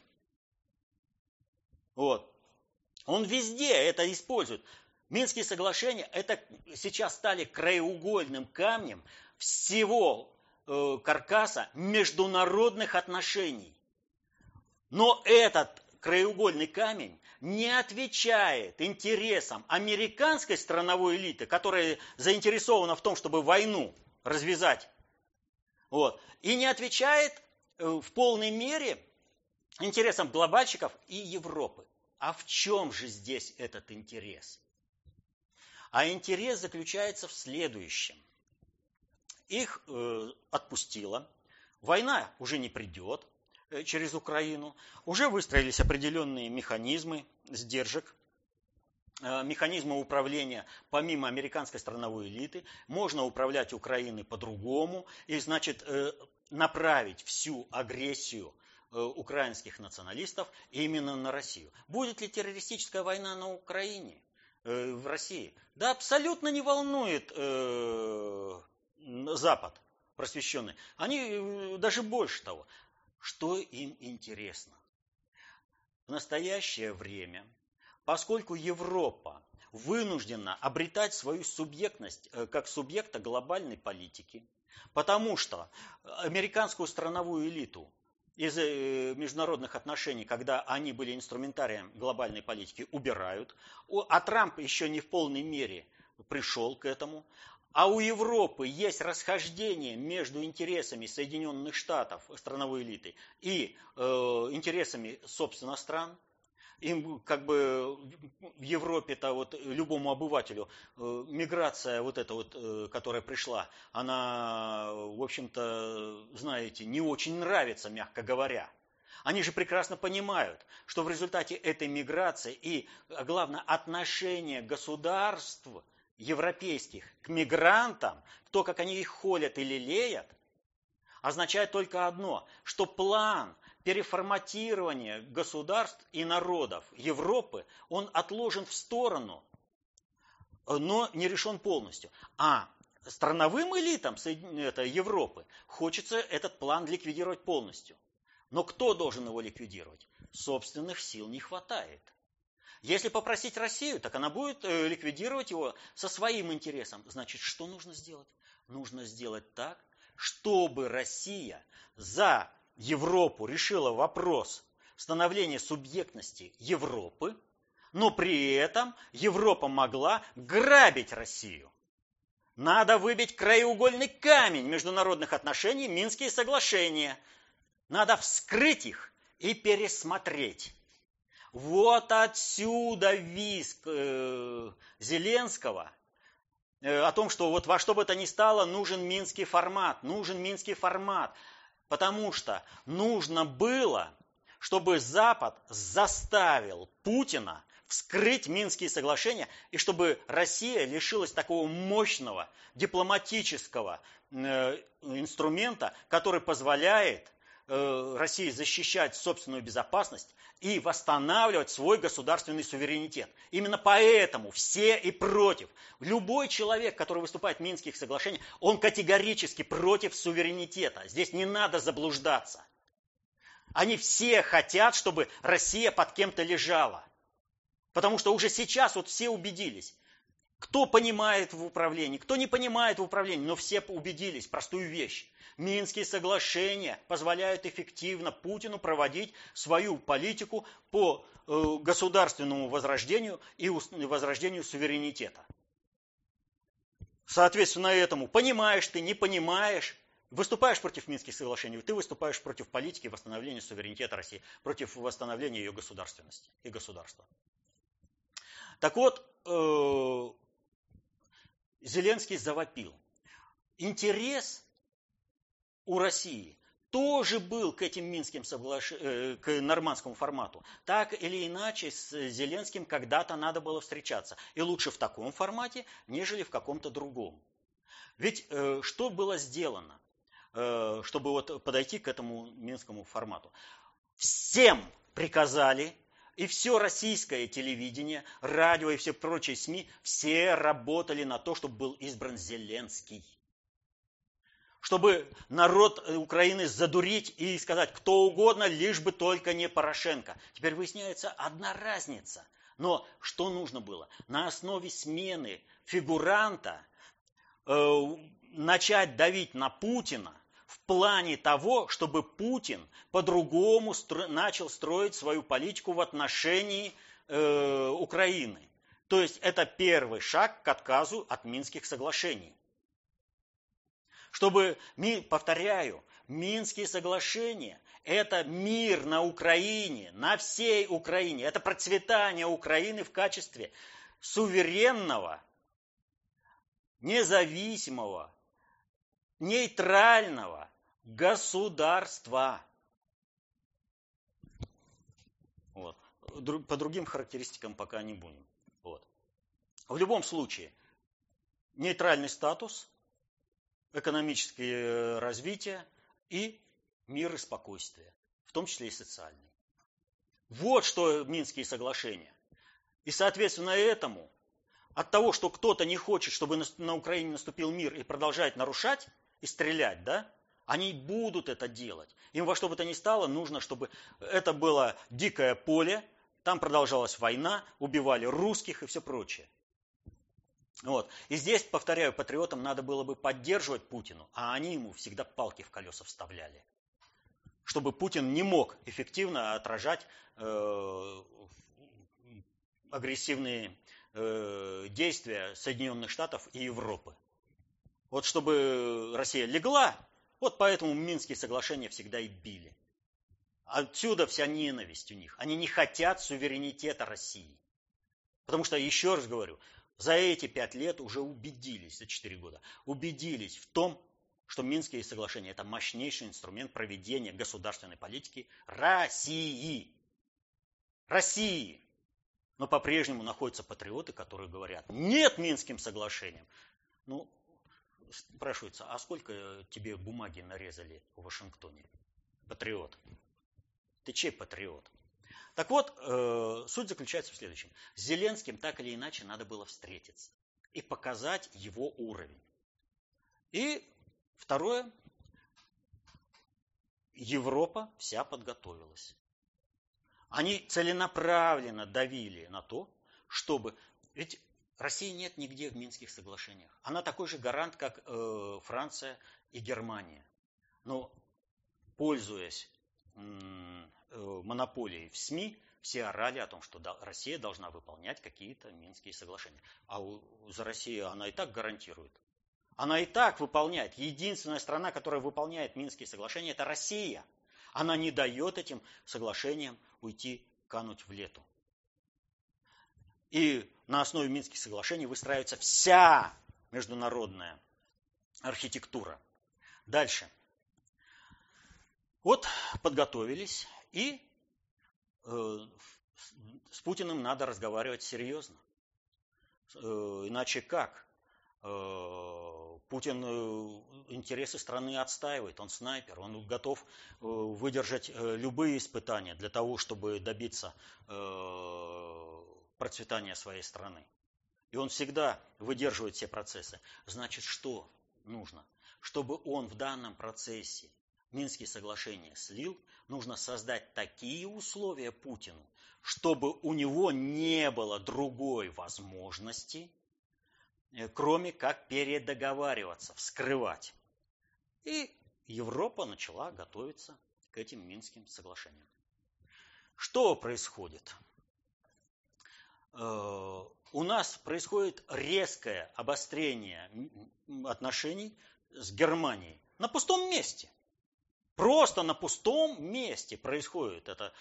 Вот. Он везде это использует. Минские соглашения это сейчас стали краеугольным камнем всего э, каркаса международных отношений. Но этот краеугольный камень не отвечает интересам американской страновой элиты, которая заинтересована в том, чтобы войну развязать. Вот. И не отвечает в полной мере интересам глобальщиков и Европы. А в чем же здесь этот интерес? А интерес заключается в следующем. Их э, отпустило, война уже не придет через Украину, уже выстроились определенные механизмы сдержек, механизмы управления помимо американской страновой элиты. Можно управлять Украиной по-другому и, значит, направить всю агрессию украинских националистов именно на Россию. Будет ли террористическая война на Украине, в России? Да абсолютно не волнует Запад просвещенный. Они даже больше того. Что им интересно? В настоящее время, поскольку Европа вынуждена обретать свою субъектность как субъекта глобальной политики, потому что американскую страновую элиту из международных отношений, когда они были инструментарием глобальной политики, убирают, а Трамп еще не в полной мере пришел к этому, а у Европы есть расхождение между интересами Соединенных Штатов, страновой элиты, и э, интересами, собственно, стран, Им как бы в Европе-то вот любому обывателю э, миграция вот эта вот, э, которая пришла, она, в общем-то, знаете, не очень нравится, мягко говоря. Они же прекрасно понимают, что в результате этой миграции и, главное, отношение государств европейских к мигрантам, то, как они их холят или лелеят, означает только одно, что план переформатирования государств и народов Европы, он отложен в сторону, но не решен полностью. А страновым элитам это, Европы хочется этот план ликвидировать полностью. Но кто должен его ликвидировать? Собственных сил не хватает. Если попросить Россию, так она будет ликвидировать его со своим интересом. Значит, что нужно сделать? Нужно сделать так, чтобы Россия за Европу решила вопрос становления субъектности Европы, но при этом Европа могла грабить Россию. Надо выбить краеугольный камень международных отношений, Минские соглашения. Надо вскрыть их и пересмотреть. Вот отсюда визг э, Зеленского э, о том, что вот во что бы то ни стало нужен Минский формат, нужен Минский формат, потому что нужно было, чтобы Запад заставил Путина вскрыть Минские соглашения, и чтобы Россия лишилась такого мощного дипломатического э, инструмента, который позволяет э, России защищать собственную безопасность и восстанавливать свой государственный суверенитет. Именно поэтому все и против. Любой человек, который выступает в Минских соглашениях, он категорически против суверенитета. Здесь не надо заблуждаться. Они все хотят, чтобы Россия под кем-то лежала. Потому что уже сейчас вот все убедились. Кто понимает в управлении, кто не понимает в управлении, но все убедились в простую вещь. Минские соглашения позволяют эффективно Путину проводить свою политику по э, государственному возрождению и возрождению суверенитета. Соответственно этому, понимаешь ты, не понимаешь, выступаешь против Минских соглашений, ты выступаешь против политики восстановления суверенитета России, против восстановления ее государственности и государства. Так вот, э, Зеленский завопил. Интерес у России тоже был к этим Минским соглашениям, к нормандскому формату. Так или иначе с Зеленским когда-то надо было встречаться. И лучше в таком формате, нежели в каком-то другом. Ведь э, что было сделано, э, чтобы вот подойти к этому Минскому формату? Всем приказали, и все российское телевидение, радио и все прочие СМИ, все работали на то, чтобы был избран Зеленский. Чтобы народ Украины задурить и сказать кто угодно, лишь бы только не Порошенко. Теперь выясняется одна разница. Но что нужно было? На основе смены фигуранта э, начать давить на Путина в плане того, чтобы Путин по-другому стро- начал строить свою политику в отношении э, Украины. То есть это первый шаг к отказу от Минских соглашений. Чтобы, повторяю, Минские соглашения – это мир на Украине, на всей Украине. Это процветание Украины в качестве суверенного, независимого, нейтрального государства. Вот. По другим характеристикам пока не будем. Вот. В любом случае, нейтральный статус – экономическое развитие и мир и спокойствие, в том числе и социальный. Вот что Минские соглашения. И соответственно этому, от того, что кто-то не хочет, чтобы на Украине наступил мир и продолжает нарушать и стрелять, да, они будут это делать. Им во что бы то ни стало нужно, чтобы это было дикое поле, там продолжалась война, убивали русских и все прочее. Вот. И здесь, повторяю, патриотам надо было бы поддерживать Путину, а они ему всегда палки в колеса вставляли. Чтобы Путин не мог эффективно отражать э, агрессивные э, действия Соединенных Штатов и Европы. Вот чтобы Россия легла, вот поэтому Минские соглашения всегда и били. Отсюда вся ненависть у них. Они не хотят суверенитета России. Потому что, еще раз говорю, за эти пять лет уже убедились, за четыре года, убедились в том, что Минские соглашения – это мощнейший инструмент проведения государственной политики России. России. Но по-прежнему находятся патриоты, которые говорят, нет Минским соглашениям. Ну, спрашивается, а сколько тебе бумаги нарезали в Вашингтоне? Патриот. Ты чей патриот? Так вот, э, суть заключается в следующем. С Зеленским так или иначе надо было встретиться и показать его уровень. И второе, Европа вся подготовилась. Они целенаправленно давили на то, чтобы... Ведь России нет нигде в Минских соглашениях. Она такой же гарант, как э, Франция и Германия. Но, пользуясь э, монополией в СМИ, все орали о том, что Россия должна выполнять какие-то Минские соглашения. А у, за Россию она и так гарантирует. Она и так выполняет. Единственная страна, которая выполняет Минские соглашения, это Россия. Она не дает этим соглашениям уйти, кануть в лету. И на основе Минских соглашений выстраивается вся международная архитектура. Дальше. Вот подготовились, и э, с Путиным надо разговаривать серьезно. Э, иначе как? Э, Путин э, интересы страны отстаивает, он снайпер, он готов э, выдержать э, любые испытания для того, чтобы добиться э, процветания своей страны. И он всегда выдерживает все процессы. Значит, что нужно? Чтобы он в данном процессе Минские соглашения слил, нужно создать такие условия Путину, чтобы у него не было другой возможности, кроме как передоговариваться, вскрывать. И Европа начала готовиться к этим Минским соглашениям. Что происходит? У нас происходит резкое обострение отношений с Германией на пустом месте. Просто на пустом месте происходит это.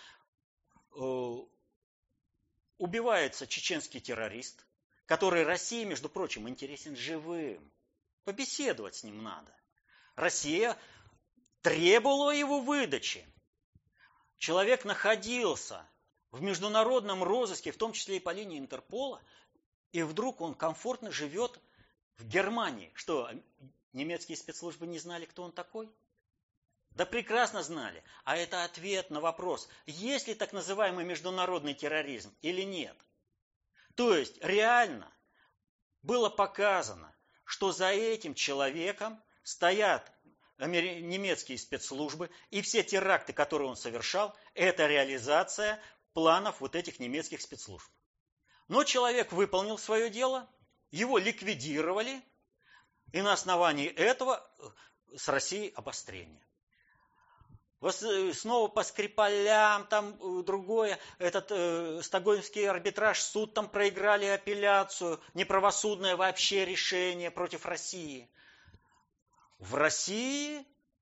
Убивается чеченский террорист, который России, между прочим, интересен живым. Побеседовать с ним надо. Россия требовала его выдачи. Человек находился в международном розыске, в том числе и по линии Интерпола, и вдруг он комфортно живет в Германии. Что, немецкие спецслужбы не знали, кто он такой? Да прекрасно знали. А это ответ на вопрос, есть ли так называемый международный терроризм или нет. То есть реально было показано, что за этим человеком стоят немецкие спецслужбы, и все теракты, которые он совершал, это реализация планов вот этих немецких спецслужб. Но человек выполнил свое дело, его ликвидировали, и на основании этого с Россией обострение. Снова по Скрипалям, там другое, этот э, стокгольмский арбитраж, суд там проиграли апелляцию, неправосудное вообще решение против России. В России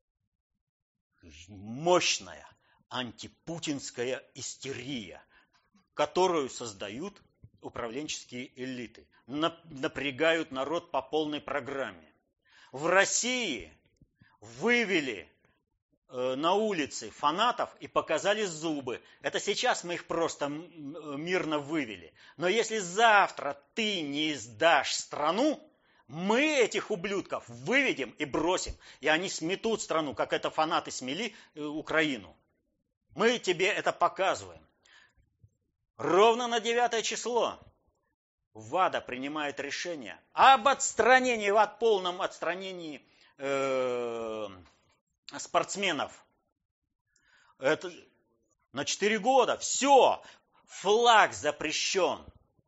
мощная антипутинская истерия, которую создают управленческие элиты, напрягают народ по полной программе. В России вывели на улице фанатов и показали зубы. Это сейчас мы их просто мирно вывели. Но если завтра ты не сдашь страну, мы этих ублюдков выведем и бросим. И они сметут страну, как это фанаты смели Украину. Мы тебе это показываем. Ровно на девятое число ВАДА принимает решение об отстранении, от полном отстранении э, спортсменов. Это на четыре года. Все. Флаг запрещен.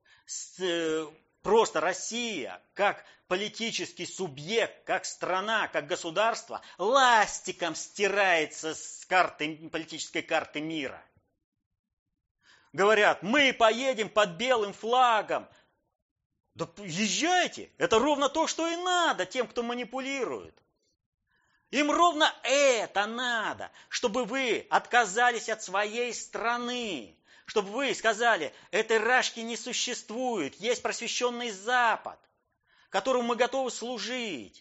Просто Россия, как политический субъект, как страна, как государство, ластиком стирается с карты, политической карты мира. Говорят, мы поедем под белым флагом. Да езжайте. Это ровно то, что и надо тем, кто манипулирует. Им ровно это надо, чтобы вы отказались от своей страны, чтобы вы сказали, этой рашки не существует, есть просвещенный Запад, которому мы готовы служить.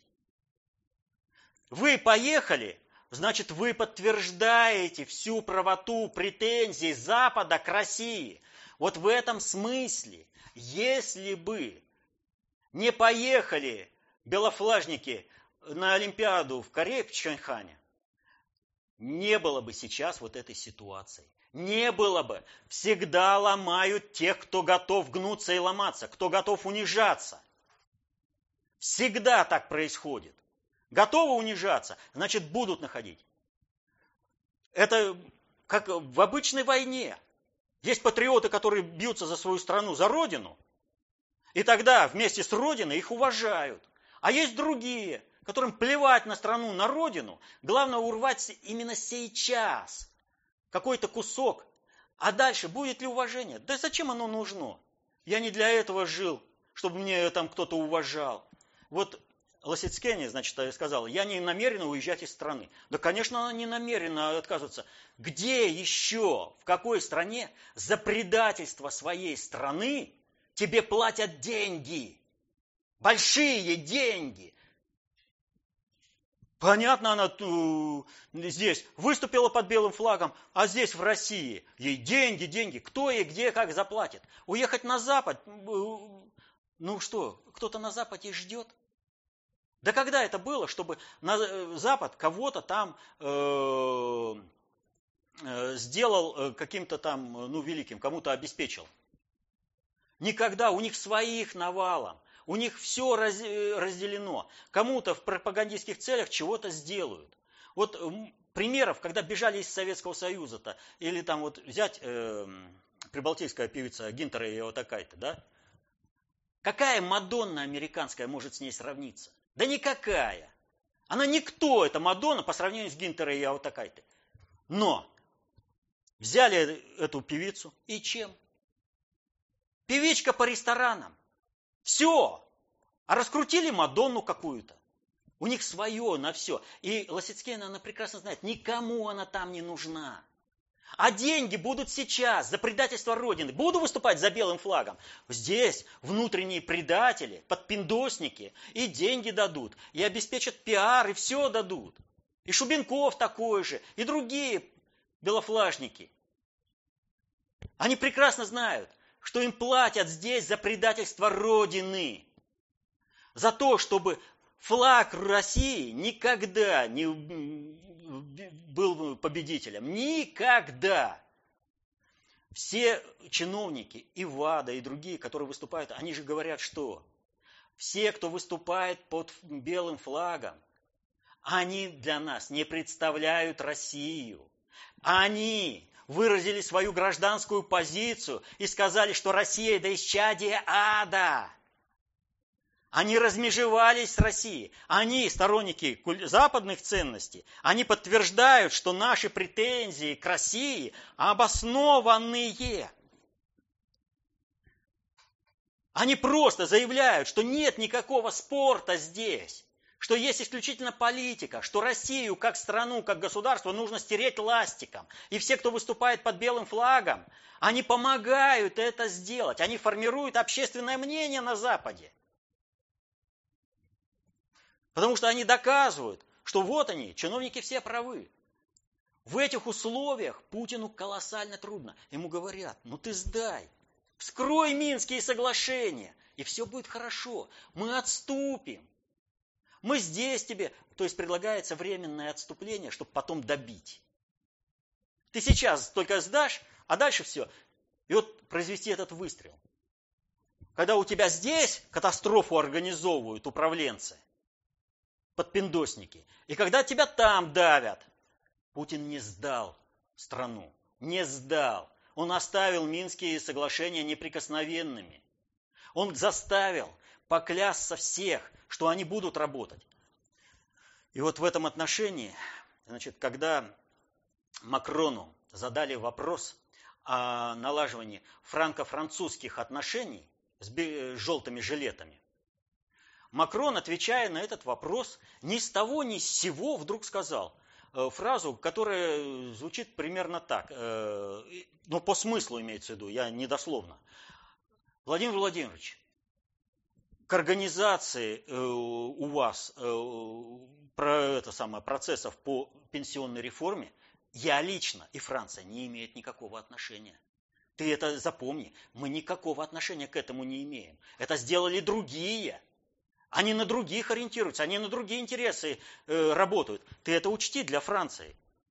Вы поехали, значит, вы подтверждаете всю правоту претензий Запада к России. Вот в этом смысле, если бы не поехали белофлажники на Олимпиаду в Корее, в Пхенчхане, не было бы сейчас вот этой ситуации. Не было бы. Всегда ломают тех, кто готов гнуться и ломаться, кто готов унижаться. Всегда так происходит. Готовы унижаться, значит, будут находить. Это как в обычной войне. Есть патриоты, которые бьются за свою страну, за родину, и тогда вместе с родиной их уважают. А есть другие, которым плевать на страну, на родину, главное урвать именно сейчас какой-то кусок, а дальше будет ли уважение? Да зачем оно нужно? Я не для этого жил, чтобы мне там кто-то уважал. Вот Лосицкене, значит, сказал, я не намерен уезжать из страны. Да, конечно, она не намерена отказываться. Где еще, в какой стране за предательство своей страны тебе платят деньги? Большие деньги. Понятно, она здесь выступила под белым флагом, а здесь в России ей деньги, деньги. Кто ей где, как заплатит? Уехать на Запад? Ну что, кто-то на Западе ждет? Да когда это было, чтобы на Запад кого-то там э, э, сделал каким-то там, ну, великим, кому-то обеспечил? Никогда, у них своих навалом, у них все раз, разделено. Кому-то в пропагандистских целях чего-то сделают. Вот примеров, когда бежали из Советского Союза-то, или там вот взять э, прибалтийская певица Гинтера и вот такая-то, да? Какая Мадонна американская может с ней сравниться? Да никакая. Она никто, эта Мадонна, по сравнению с Гинтерой и Аутакайте. Но взяли эту певицу и чем? Певичка по ресторанам. Все. А раскрутили Мадонну какую-то. У них свое на все. И Лосицкена, она прекрасно знает, никому она там не нужна. А деньги будут сейчас за предательство Родины. Буду выступать за белым флагом. Здесь внутренние предатели, подпиндосники и деньги дадут, и обеспечат пиар, и все дадут. И Шубенков такой же, и другие белофлажники. Они прекрасно знают, что им платят здесь за предательство Родины. За то, чтобы флаг России никогда не был победителем. Никогда. Все чиновники, и ВАДА, и другие, которые выступают, они же говорят, что все, кто выступает под белым флагом, они для нас не представляют Россию. Они выразили свою гражданскую позицию и сказали, что Россия – это исчадие ада. Они размежевались с Россией. Они, сторонники западных ценностей, они подтверждают, что наши претензии к России обоснованные. Они просто заявляют, что нет никакого спорта здесь, что есть исключительно политика, что Россию как страну, как государство нужно стереть ластиком. И все, кто выступает под белым флагом, они помогают это сделать. Они формируют общественное мнение на Западе. Потому что они доказывают, что вот они, чиновники все правы. В этих условиях Путину колоссально трудно. Ему говорят, ну ты сдай, вскрой Минские соглашения, и все будет хорошо. Мы отступим. Мы здесь тебе, то есть предлагается временное отступление, чтобы потом добить. Ты сейчас только сдашь, а дальше все. И вот произвести этот выстрел. Когда у тебя здесь катастрофу организовывают управленцы, подпиндосники. И когда тебя там давят, Путин не сдал страну, не сдал. Он оставил Минские соглашения неприкосновенными. Он заставил поклясться всех, что они будут работать. И вот в этом отношении, значит, когда Макрону задали вопрос о налаживании франко-французских отношений с желтыми жилетами, Макрон, отвечая на этот вопрос, ни с того ни с сего вдруг сказал э, фразу, которая звучит примерно так, э, но по смыслу имеется в виду, я недословно. Владимир Владимирович, к организации э, у вас э, про это самое, процессов по пенсионной реформе я лично и Франция не имеют никакого отношения. Ты это запомни, мы никакого отношения к этому не имеем. Это сделали другие. Они на других ориентируются, они на другие интересы э, работают. Ты это учти для Франции.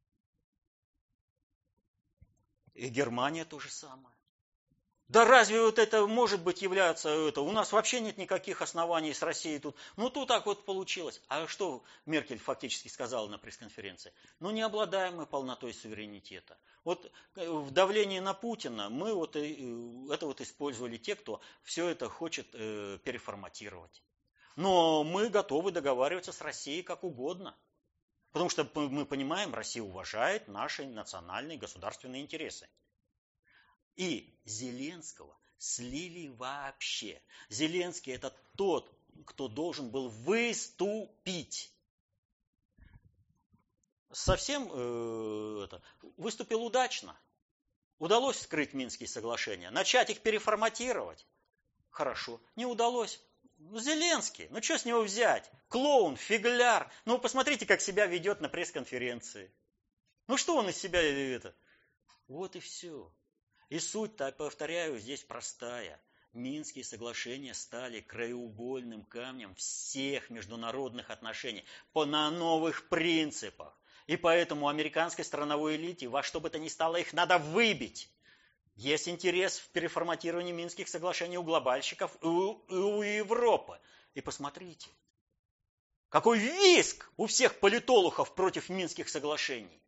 И Германия то же самое. Да разве вот это может быть являться это? У нас вообще нет никаких оснований с Россией тут. Ну, тут так вот получилось. А что Меркель фактически сказала на пресс-конференции? Ну, не обладаем мы полнотой суверенитета. Вот в давлении на Путина мы вот это вот использовали те, кто все это хочет э, переформатировать. Но мы готовы договариваться с Россией как угодно. Потому что мы понимаем, Россия уважает наши национальные государственные интересы. И Зеленского слили вообще. Зеленский это тот, кто должен был выступить. Совсем э, это, выступил удачно. Удалось скрыть Минские соглашения. Начать их переформатировать. Хорошо. Не удалось. Зеленский, ну что с него взять? Клоун, фигляр. Ну посмотрите, как себя ведет на пресс-конференции. Ну что он из себя это? Вот и все. И суть-то, повторяю, здесь простая. Минские соглашения стали краеугольным камнем всех международных отношений на новых принципах. И поэтому американской страновой элите во что бы то ни стало их надо выбить. Есть интерес в переформатировании Минских соглашений у глобальщиков и у, и у Европы. И посмотрите, какой визг у всех политологов против Минских соглашений.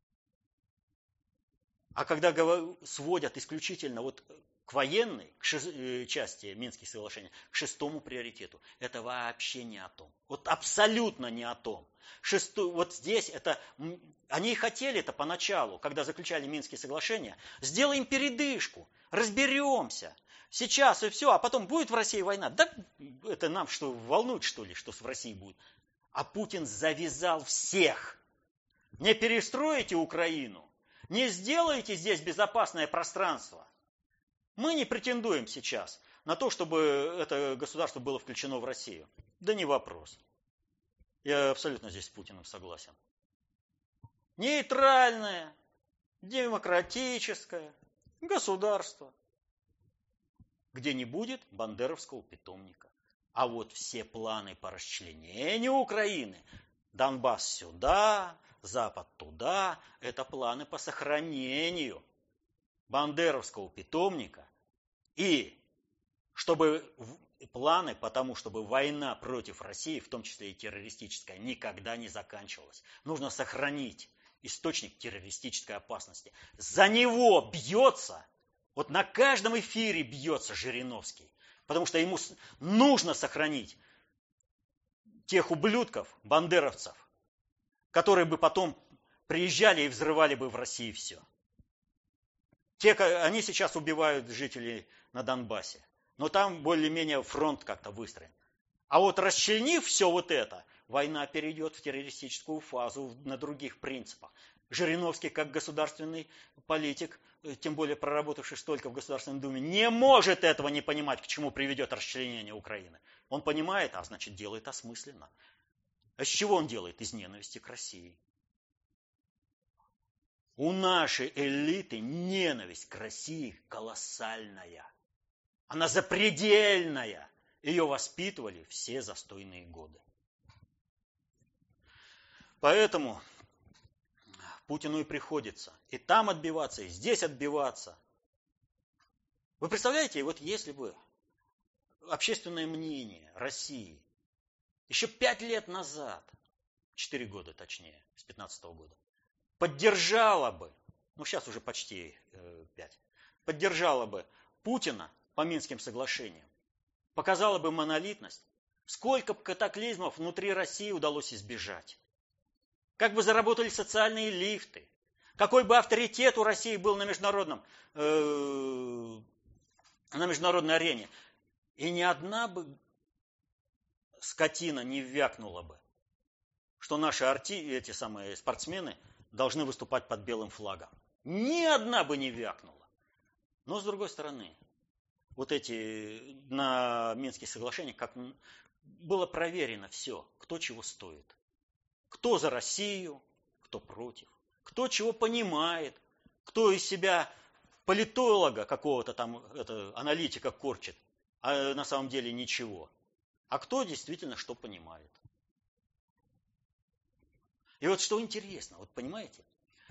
А когда сводят исключительно вот к военной, к ши- части Минских соглашений, к шестому приоритету, это вообще не о том. Вот абсолютно не о том. Шестой, вот здесь это, они и хотели это поначалу, когда заключали Минские соглашения, сделаем передышку, разберемся. Сейчас и все, а потом будет в России война. Да это нам что, волнует что ли, что в России будет? А Путин завязал всех. Не перестроите Украину. Не сделаете здесь безопасное пространство. Мы не претендуем сейчас на то, чтобы это государство было включено в Россию. Да не вопрос. Я абсолютно здесь с Путиным согласен. Нейтральное, демократическое государство, где не будет бандеровского питомника. А вот все планы по расчленению Украины, Донбасс сюда, Запад туда, это планы по сохранению бандеровского питомника и чтобы планы по тому, чтобы война против России, в том числе и террористическая, никогда не заканчивалась. Нужно сохранить источник террористической опасности. За него бьется, вот на каждом эфире бьется Жириновский, потому что ему нужно сохранить тех ублюдков, бандеровцев, которые бы потом приезжали и взрывали бы в России все. Те, они сейчас убивают жителей на Донбассе, но там более-менее фронт как-то выстроен. А вот расчленив все вот это, война перейдет в террористическую фазу на других принципах. Жириновский, как государственный политик, тем более проработавший столько в Государственной Думе, не может этого не понимать, к чему приведет расчленение Украины. Он понимает, а значит делает осмысленно. А с чего он делает? Из ненависти к России. У нашей элиты ненависть к России колоссальная. Она запредельная. Ее воспитывали все застойные годы. Поэтому Путину и приходится и там отбиваться, и здесь отбиваться. Вы представляете, вот если бы общественное мнение России еще пять лет назад, четыре года точнее, с пятнадцатого года, поддержало бы, ну сейчас уже почти э, пять, поддержало бы Путина по Минским соглашениям, показало бы монолитность, сколько бы катаклизмов внутри России удалось избежать. Как бы заработали социальные лифты, какой бы авторитет у России был на международном, э, на международной арене. И ни одна бы скотина не вякнула бы, что наши арти, эти самые спортсмены должны выступать под белым флагом. Ни одна бы не вякнула. Но с другой стороны, вот эти на Минских соглашениях, как было проверено все, кто чего стоит. Кто за Россию, кто против. Кто чего понимает, кто из себя политолога какого-то там, это, аналитика корчит, а на самом деле ничего. А кто действительно что понимает. И вот что интересно, вот понимаете,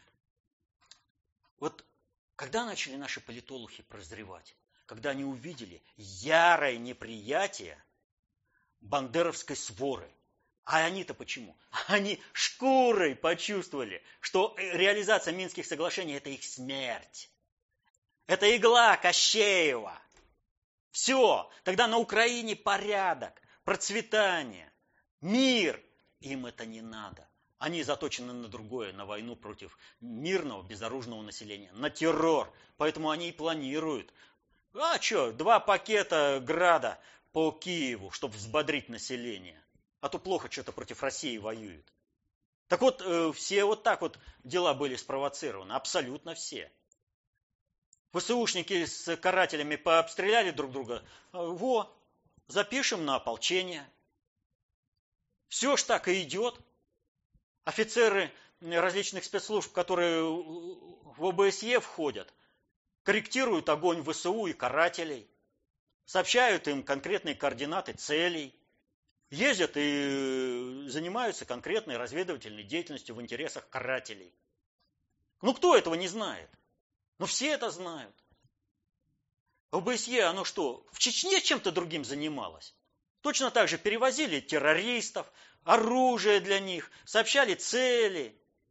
вот когда начали наши политологи прозревать, когда они увидели ярое неприятие бандеровской своры, а они-то почему? Они шкурой почувствовали, что реализация Минских соглашений – это их смерть. Это игла Кощеева. Все, тогда на Украине порядок, процветание, мир. Им это не надо. Они заточены на другое, на войну против мирного, безоружного населения, на террор. Поэтому они и планируют. А что, два пакета града по Киеву, чтобы взбодрить население. А то плохо что-то против России воюют. Так вот, все вот так вот дела были спровоцированы. Абсолютно все. ВСУшники с карателями пообстреляли друг друга. Во, запишем на ополчение. Все ж так и идет. Офицеры различных спецслужб, которые в ОБСЕ входят, корректируют огонь ВСУ и карателей, сообщают им конкретные координаты целей, ездят и занимаются конкретной разведывательной деятельностью в интересах карателей. Ну кто этого не знает? Ну все это знают. ОБСЕ, оно что, в Чечне чем-то другим занималось? Точно так же перевозили террористов, оружие для них, сообщали цели.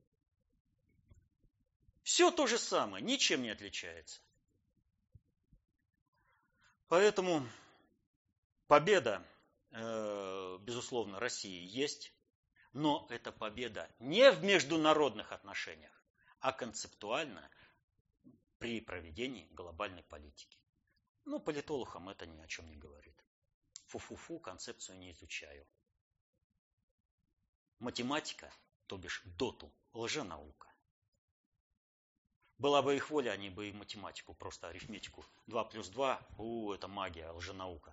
Все то же самое, ничем не отличается. Поэтому победа, э, безусловно, России есть, но это победа не в международных отношениях, а концептуально при проведении глобальной политики. Ну, политологам это ни о чем не говорит. Фу-фу-фу, концепцию не изучаю. Математика, то бишь доту, лженаука. Была бы их воля, они бы и математику, просто арифметику. два плюс два, у, это магия, лженаука.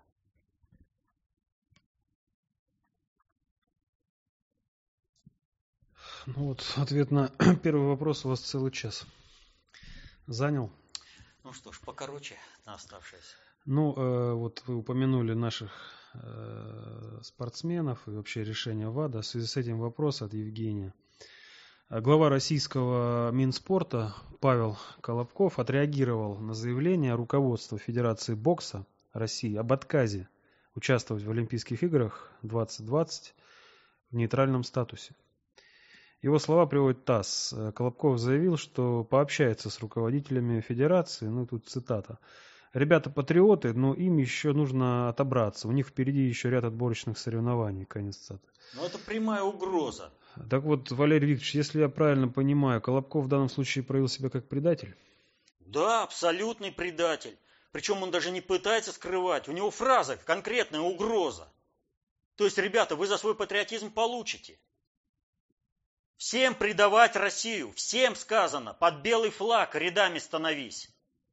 Ну вот, ответ на первый вопрос у вас целый час занял. Ну что ж, покороче на оставшееся. Ну, э, вот вы упомянули наших э, спортсменов и вообще решение ВАДА. В связи с этим вопрос от Евгения. Глава российского Минспорта Павел Колобков отреагировал на заявление руководства Федерации бокса России об отказе участвовать в Олимпийских играх двадцать двадцать в нейтральном статусе. Его слова приводит ТАСС. Колобков заявил, что пообщается с руководителями Федерации, ну тут цитата, «Ребята патриоты, но им еще нужно отобраться, у них впереди еще ряд отборочных соревнований», конец цитаты. Но это прямая угроза. Так вот, Валерий Викторович, если я правильно понимаю, Колобков в данном случае проявил себя как предатель? Да, абсолютный предатель. Причем он даже не пытается скрывать. У него фраза конкретная угроза. То есть, ребята, вы за свой патриотизм получите. Всем предавать Россию. Всем сказано, под белый флаг рядами становись.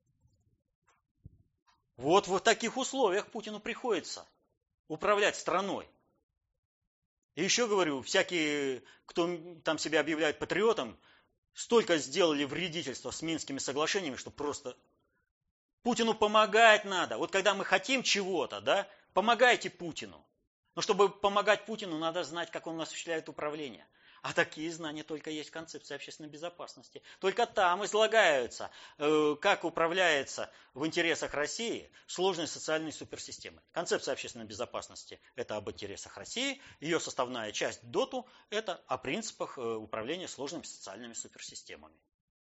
Вот в таких условиях Путину приходится управлять страной. И еще говорю, всякие, кто там себя объявляет патриотом, столько сделали вредительства с Минскими соглашениями, что просто Путину помогать надо. Вот когда мы хотим чего-то, да, помогайте Путину. Но чтобы помогать Путину, надо знать, как он осуществляет управление. А такие знания только есть в концепции общественной безопасности. Только там излагаются, э, как управляется в интересах России сложной социальной суперсистемой. Концепция общественной безопасности – это об интересах России. Ее составная часть ДОТу – это о принципах э, управления сложными социальными суперсистемами.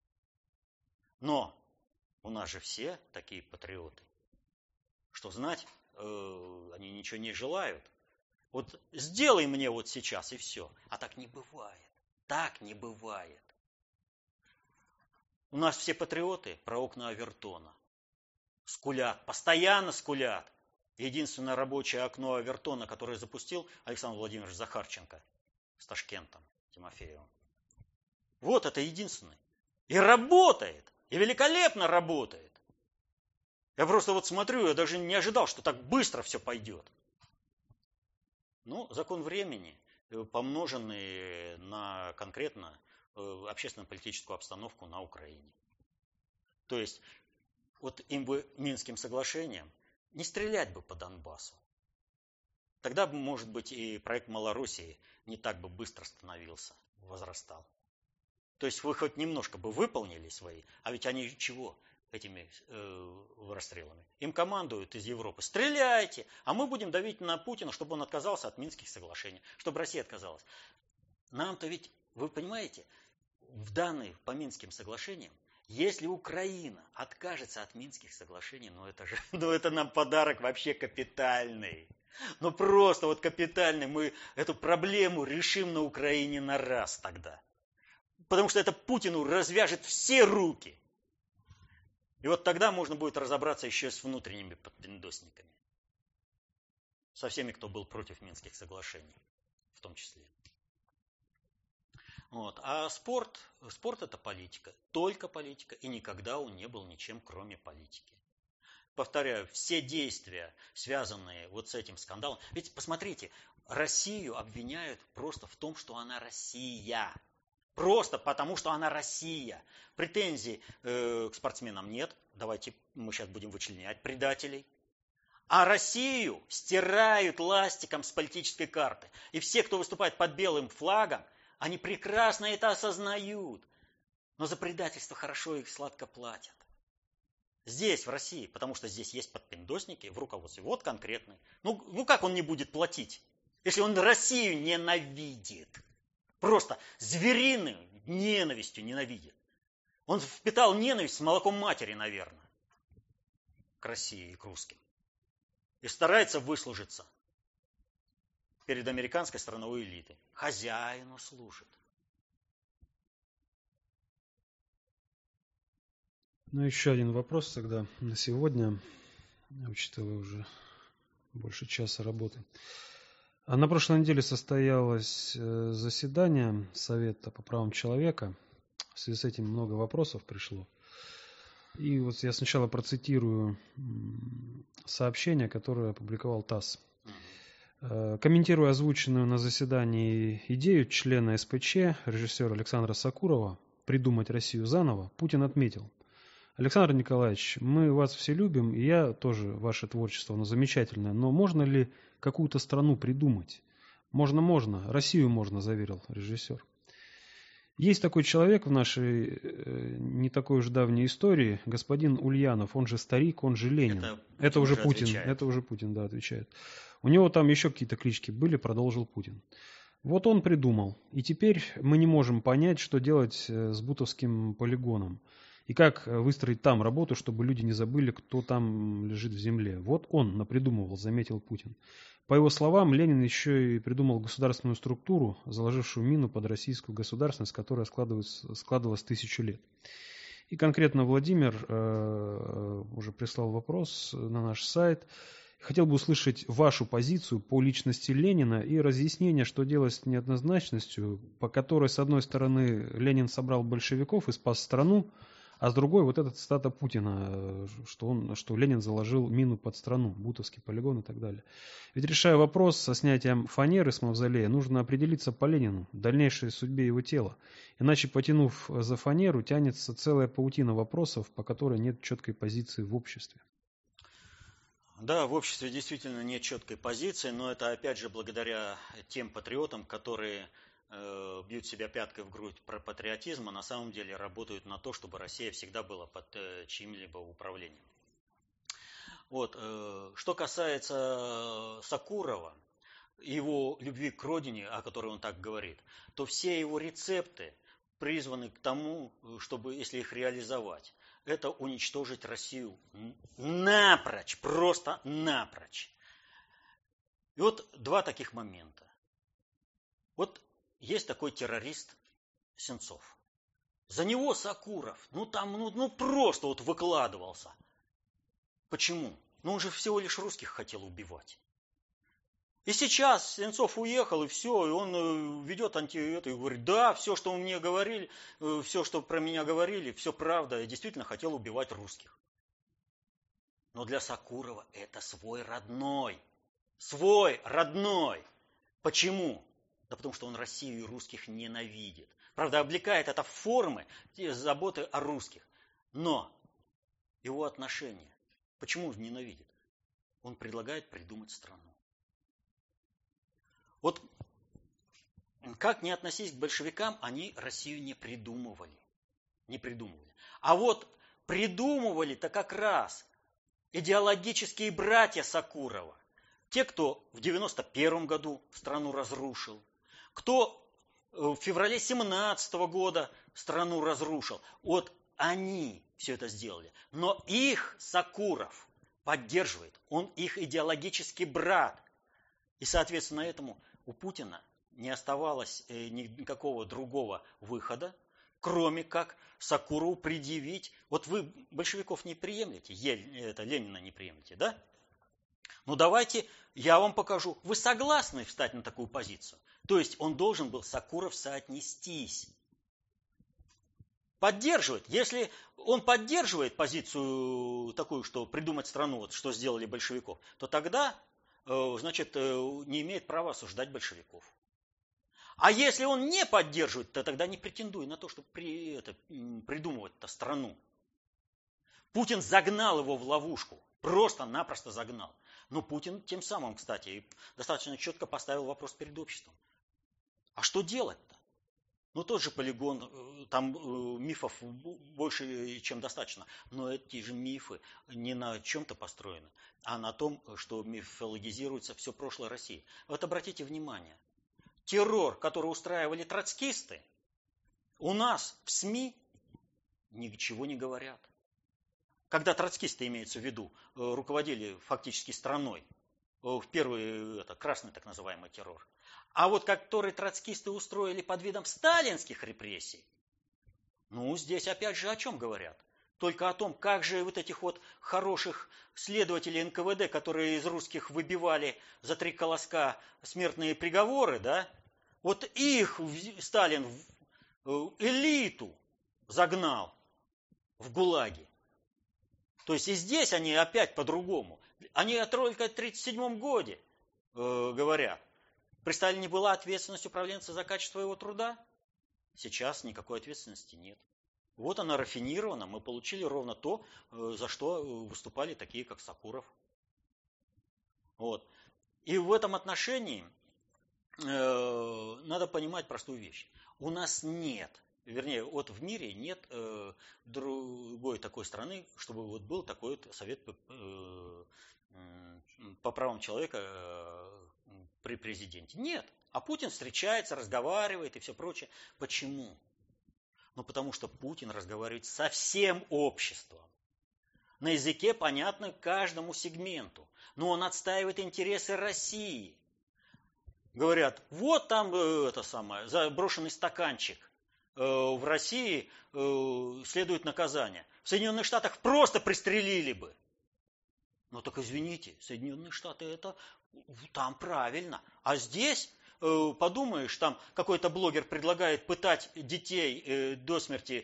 Но у нас же все такие патриоты, что знать э, они ничего не желают. Вот сделай мне вот сейчас и все. А так не бывает. Так не бывает. У нас все патриоты про окна Авертона. Скулят, постоянно скулят. Единственное рабочее окно Авертона, которое запустил Александр Владимирович Захарченко с Ташкентом Тимофеевым. Вот это единственное. И работает. И великолепно работает. Я просто вот смотрю, я даже не ожидал, что так быстро все пойдет. Ну, закон времени, помноженный на конкретно общественно-политическую обстановку на Украине. То есть, вот им бы Минским соглашением не стрелять бы по Донбассу. Тогда бы, может быть, и проект Малороссии не так бы быстро становился, возрастал. То есть вы хоть немножко бы выполнили свои, а ведь они чего этими э, расстрелами? Им командуют из Европы: стреляйте, а мы будем давить на Путина, чтобы он отказался от Минских соглашений, чтобы Россия отказалась. Нам-то ведь, вы понимаете, в данные по Минским соглашениям, если Украина откажется от Минских соглашений, ну это же, ну это нам подарок вообще капитальный. Ну просто вот капитальный. Мы эту проблему решим на Украине на раз тогда. Потому что это Путину развяжет все руки. И вот тогда можно будет разобраться еще с внутренними подпиндосниками. Со всеми, кто был против Минских соглашений, в том числе. Вот. А спорт, спорт это политика, только политика, и никогда он не был ничем, кроме политики. Повторяю, все действия, связанные вот с этим скандалом. Ведь посмотрите, Россию обвиняют просто в том, что она Россия. Просто потому, что она Россия. Претензий э, к спортсменам нет. Давайте мы сейчас будем вычленять предателей. А Россию стирают ластиком с политической карты. И все, кто выступает под белым флагом, они прекрасно это осознают. Но за предательство хорошо и сладко платят. Здесь, в России, потому что здесь есть подпиндосники в руководстве. Вот конкретный. Ну, ну как он не будет платить, если он Россию ненавидит? Просто звериной ненавистью ненавидит. Он впитал ненависть с молоком матери, наверное, к России и к русским. И старается выслужиться перед американской страновой элитой. Хозяину служит. Ну, еще один вопрос тогда на сегодня, учитывая уже больше часа работы. А на прошлой неделе состоялось заседание Совета по правам человека. В связи с этим много вопросов пришло. И вот я сначала процитирую сообщение, которое опубликовал ТАСС. Комментируя озвученную на заседании идею члена эс пэ че, режиссера Александра Сакурова, «Придумать Россию заново», Путин отметил: Александр Николаевич, мы вас все любим, и я тоже, ваше творчество, оно замечательное, но можно ли какую-то страну придумать? Можно, можно, Россию можно, заверил режиссер. Есть такой человек в нашей э, не такой уж давней истории, господин Ульянов, он же старик, он же Ленин. Это, это уже Путин, отвечает. это уже Путин, да, отвечает. У него там еще какие-то клички были, продолжил Путин. Вот он придумал, и теперь мы не можем понять, что делать с Бутовским полигоном. И как выстроить там работу, чтобы люди не забыли, кто там лежит в земле. Вот он напридумывал, заметил Путин. По его словам, Ленин еще и придумал государственную структуру, заложившую мину под российскую государственность, которая складывалась тысячу лет. И конкретно Владимир э, уже прислал вопрос на наш сайт. Хотел бы услышать вашу позицию по личности Ленина и разъяснение, что делать с неоднозначностью, по которой, с одной стороны, Ленин собрал большевиков и спас страну, а с другой вот эта цитата Путина, что, он, что Ленин заложил мину под страну, Бутовский полигон и так далее. Ведь решая вопрос со снятием фанеры с мавзолея, нужно определиться по Ленину, дальнейшей судьбе его тела. Иначе, потянув за фанеру, тянется целая паутина вопросов, по которой нет четкой позиции в обществе. Да, в обществе действительно нет четкой позиции, но это опять же благодаря тем патриотам, которые э, бьют себя пяткой в грудь про патриотизм, а на самом деле работают на то, чтобы Россия всегда была под э, чьим-либо управлением. Вот, э, что касается Сакурова, его любви к родине, о которой он так говорит, то все его рецепты призваны к тому, чтобы, если их реализовать, это уничтожить Россию напрочь, просто напрочь. И вот два таких момента. Вот есть такой террорист Сенцов. За него Сакуров, ну там, ну, ну просто вот выкладывался. Почему? Но он же всего лишь русских хотел убивать. И сейчас Сенцов уехал, и все, и он ведет анти это, и говорит, да, все, что мне говорили, все, что про меня говорили, все правда, я действительно хотел убивать русских. Но для Сокурова это свой родной. Свой родной. Почему? Да потому что он Россию и русских ненавидит. Правда, облекает это в формы заботы о русских. Но его отношение, почему ненавидит? Он предлагает придумать страну. Вот как ни относись к большевикам, они Россию не придумывали. Не придумывали. А вот придумывали-то как раз идеологические братья Сокурова. Те, кто в девяносто первом году страну разрушил, кто в феврале семнадцатого года страну разрушил. Вот они все это сделали. Но их Сокуров поддерживает. Он их идеологический брат. И, соответственно, этому у Путина не оставалось никакого другого выхода, кроме как Сокурову предъявить. Вот вы большевиков не приемлете, это Ленина не приемлете, да? Ну давайте я вам покажу. Вы согласны встать на такую позицию? То есть он должен был, Сокуров, соотнестись. Поддерживает. Если он поддерживает позицию такую, что придумать страну, вот, что сделали большевиков, то тогда, значит, не имеет права осуждать большевиков. А если он не поддерживает, то тогда не претендуй на то, чтобы при, это, придумывать-то страну. Путин загнал его в ловушку. Просто-напросто загнал. Но Путин тем самым, кстати, достаточно четко поставил вопрос перед обществом. А что делать-то? Ну, тот же полигон, там мифов больше, чем достаточно. Но эти же мифы не на чем-то построены, а на том, что мифологизируется все прошлое России. Вот обратите внимание. Террор, который устраивали троцкисты, у нас в СМИ ничего не говорят. Когда троцкисты, имеется в виду, руководили фактически страной, в первый это, красный так называемый террор. А вот который троцкисты устроили под видом сталинских репрессий, ну, здесь опять же о чем говорят? Только о том, как же вот этих вот хороших следователей эн ка вэ дэ, которые из русских выбивали за три колоска смертные приговоры, да, вот их Сталин в элиту загнал в ГУЛАГи. То есть и здесь они опять по-другому. Они только в тридцать седьмом году э, говорят. При Сталине была ответственность управленца за качество его труда. Сейчас никакой ответственности нет. Вот она рафинирована. Мы получили ровно то, э, за что выступали такие, как Сокуров. Вот. И в этом отношении э, надо понимать простую вещь. У нас нет, вернее, вот в мире нет э, другой такой страны, чтобы вот был такой вот совет по, э, по правам человека э, при президенте. Нет. А Путин встречается, разговаривает и все прочее. Почему? Ну, потому что Путин разговаривает со всем обществом. На языке понятно каждому сегменту. Но он отстаивает интересы России. Говорят, вот там это самое, заброшенный стаканчик. В России следует наказание. В Соединенных Штатах просто пристрелили бы. Ну так извините, Соединенные Штаты это там правильно. А здесь, подумаешь, там какой-то блогер предлагает пытать детей до смерти,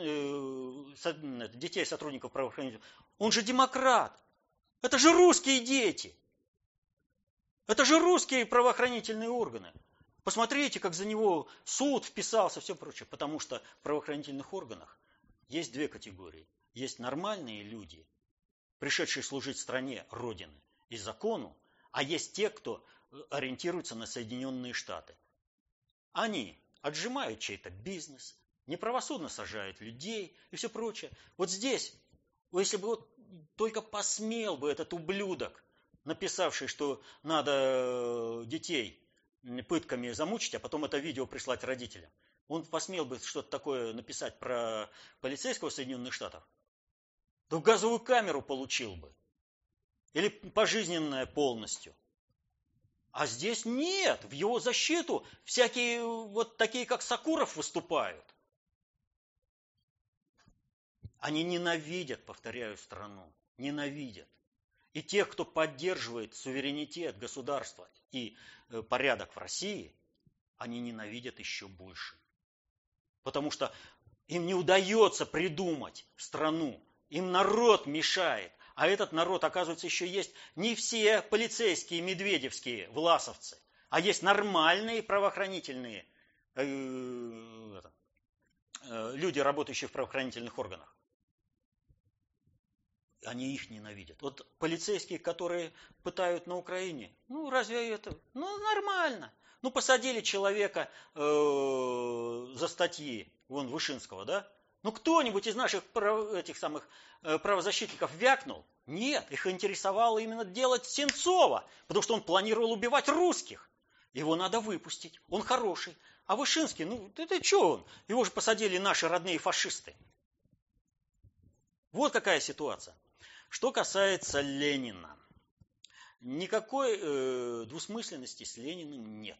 детей сотрудников правоохранительных. Он же демократ. Это же русские дети. Это же русские правоохранительные органы. Посмотрите, как за него суд вписался, все прочее. Потому что в правоохранительных органах есть две категории. Есть нормальные люди, пришедшие служить стране, родины и закону, а есть те, кто ориентируется на Соединенные Штаты. Они отжимают чей-то бизнес, неправосудно сажают людей и все прочее. Вот здесь, если бы вот только посмел бы этот ублюдок, написавший, что надо детей пытками замучить, а потом это видео прислать родителям, он посмел бы что-то такое написать про полицейского Соединенных Штатов, то газовую камеру получил бы. Или пожизненное полностью. А здесь нет. В его защиту всякие вот такие, как Сокуров, выступают. Они ненавидят, повторяю, страну. Ненавидят. И тех, кто поддерживает суверенитет государства и порядок в России, они ненавидят еще больше. Потому что им не удается придумать страну, им народ мешает. А этот народ, оказывается, еще есть не все полицейские медведевские власовцы, а есть нормальные правоохранительные э, э, люди, работающие в правоохранительных органах. Они их ненавидят. Вот полицейские, которые пытают на Украине, ну разве это? Ну нормально. Ну посадили человека э, за статьи, вон Вышинского, да? Ну кто-нибудь из наших прав, этих самых э, правозащитников вякнул? Нет, их интересовало именно делать Сенцова, потому что он планировал убивать русских. Его надо выпустить, он хороший. А Вышинский, ну это что он? Его же посадили наши родные фашисты. Вот какая ситуация. Что касается Ленина, никакой э, двусмысленности с Лениным нет.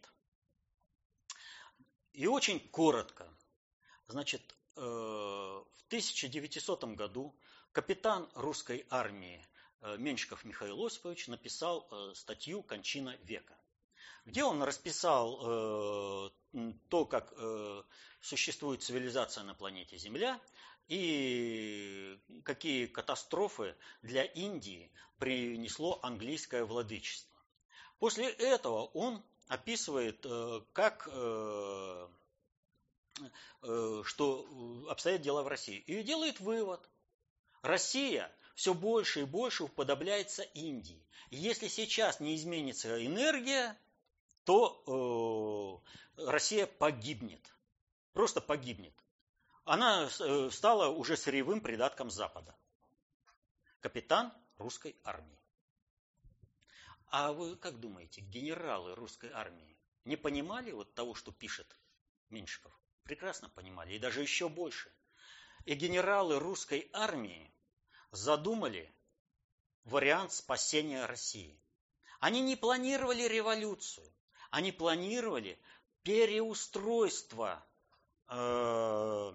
И очень коротко. Значит, э, в тысяча девятисотом году капитан русской армии э, Меньшиков Михаил Осипович написал э, статью «Кончина века», где он расписал э, то, как э, существует цивилизация на планете Земля, и какие катастрофы для Индии принесло английское владычество. После этого он описывает, как, что обстоят дела в России. И делает вывод. Россия все больше и больше уподобляется Индии. И если сейчас не изменится энергия, то Россия погибнет. Просто погибнет. Она стала уже сырьевым придатком Запада. Капитан русской армии. А вы как думаете, генералы русской армии не понимали вот того, что пишет Меньшиков? Прекрасно понимали, и даже еще больше. И генералы русской армии задумали вариант спасения России. Они не планировали революцию, они планировали переустройство э,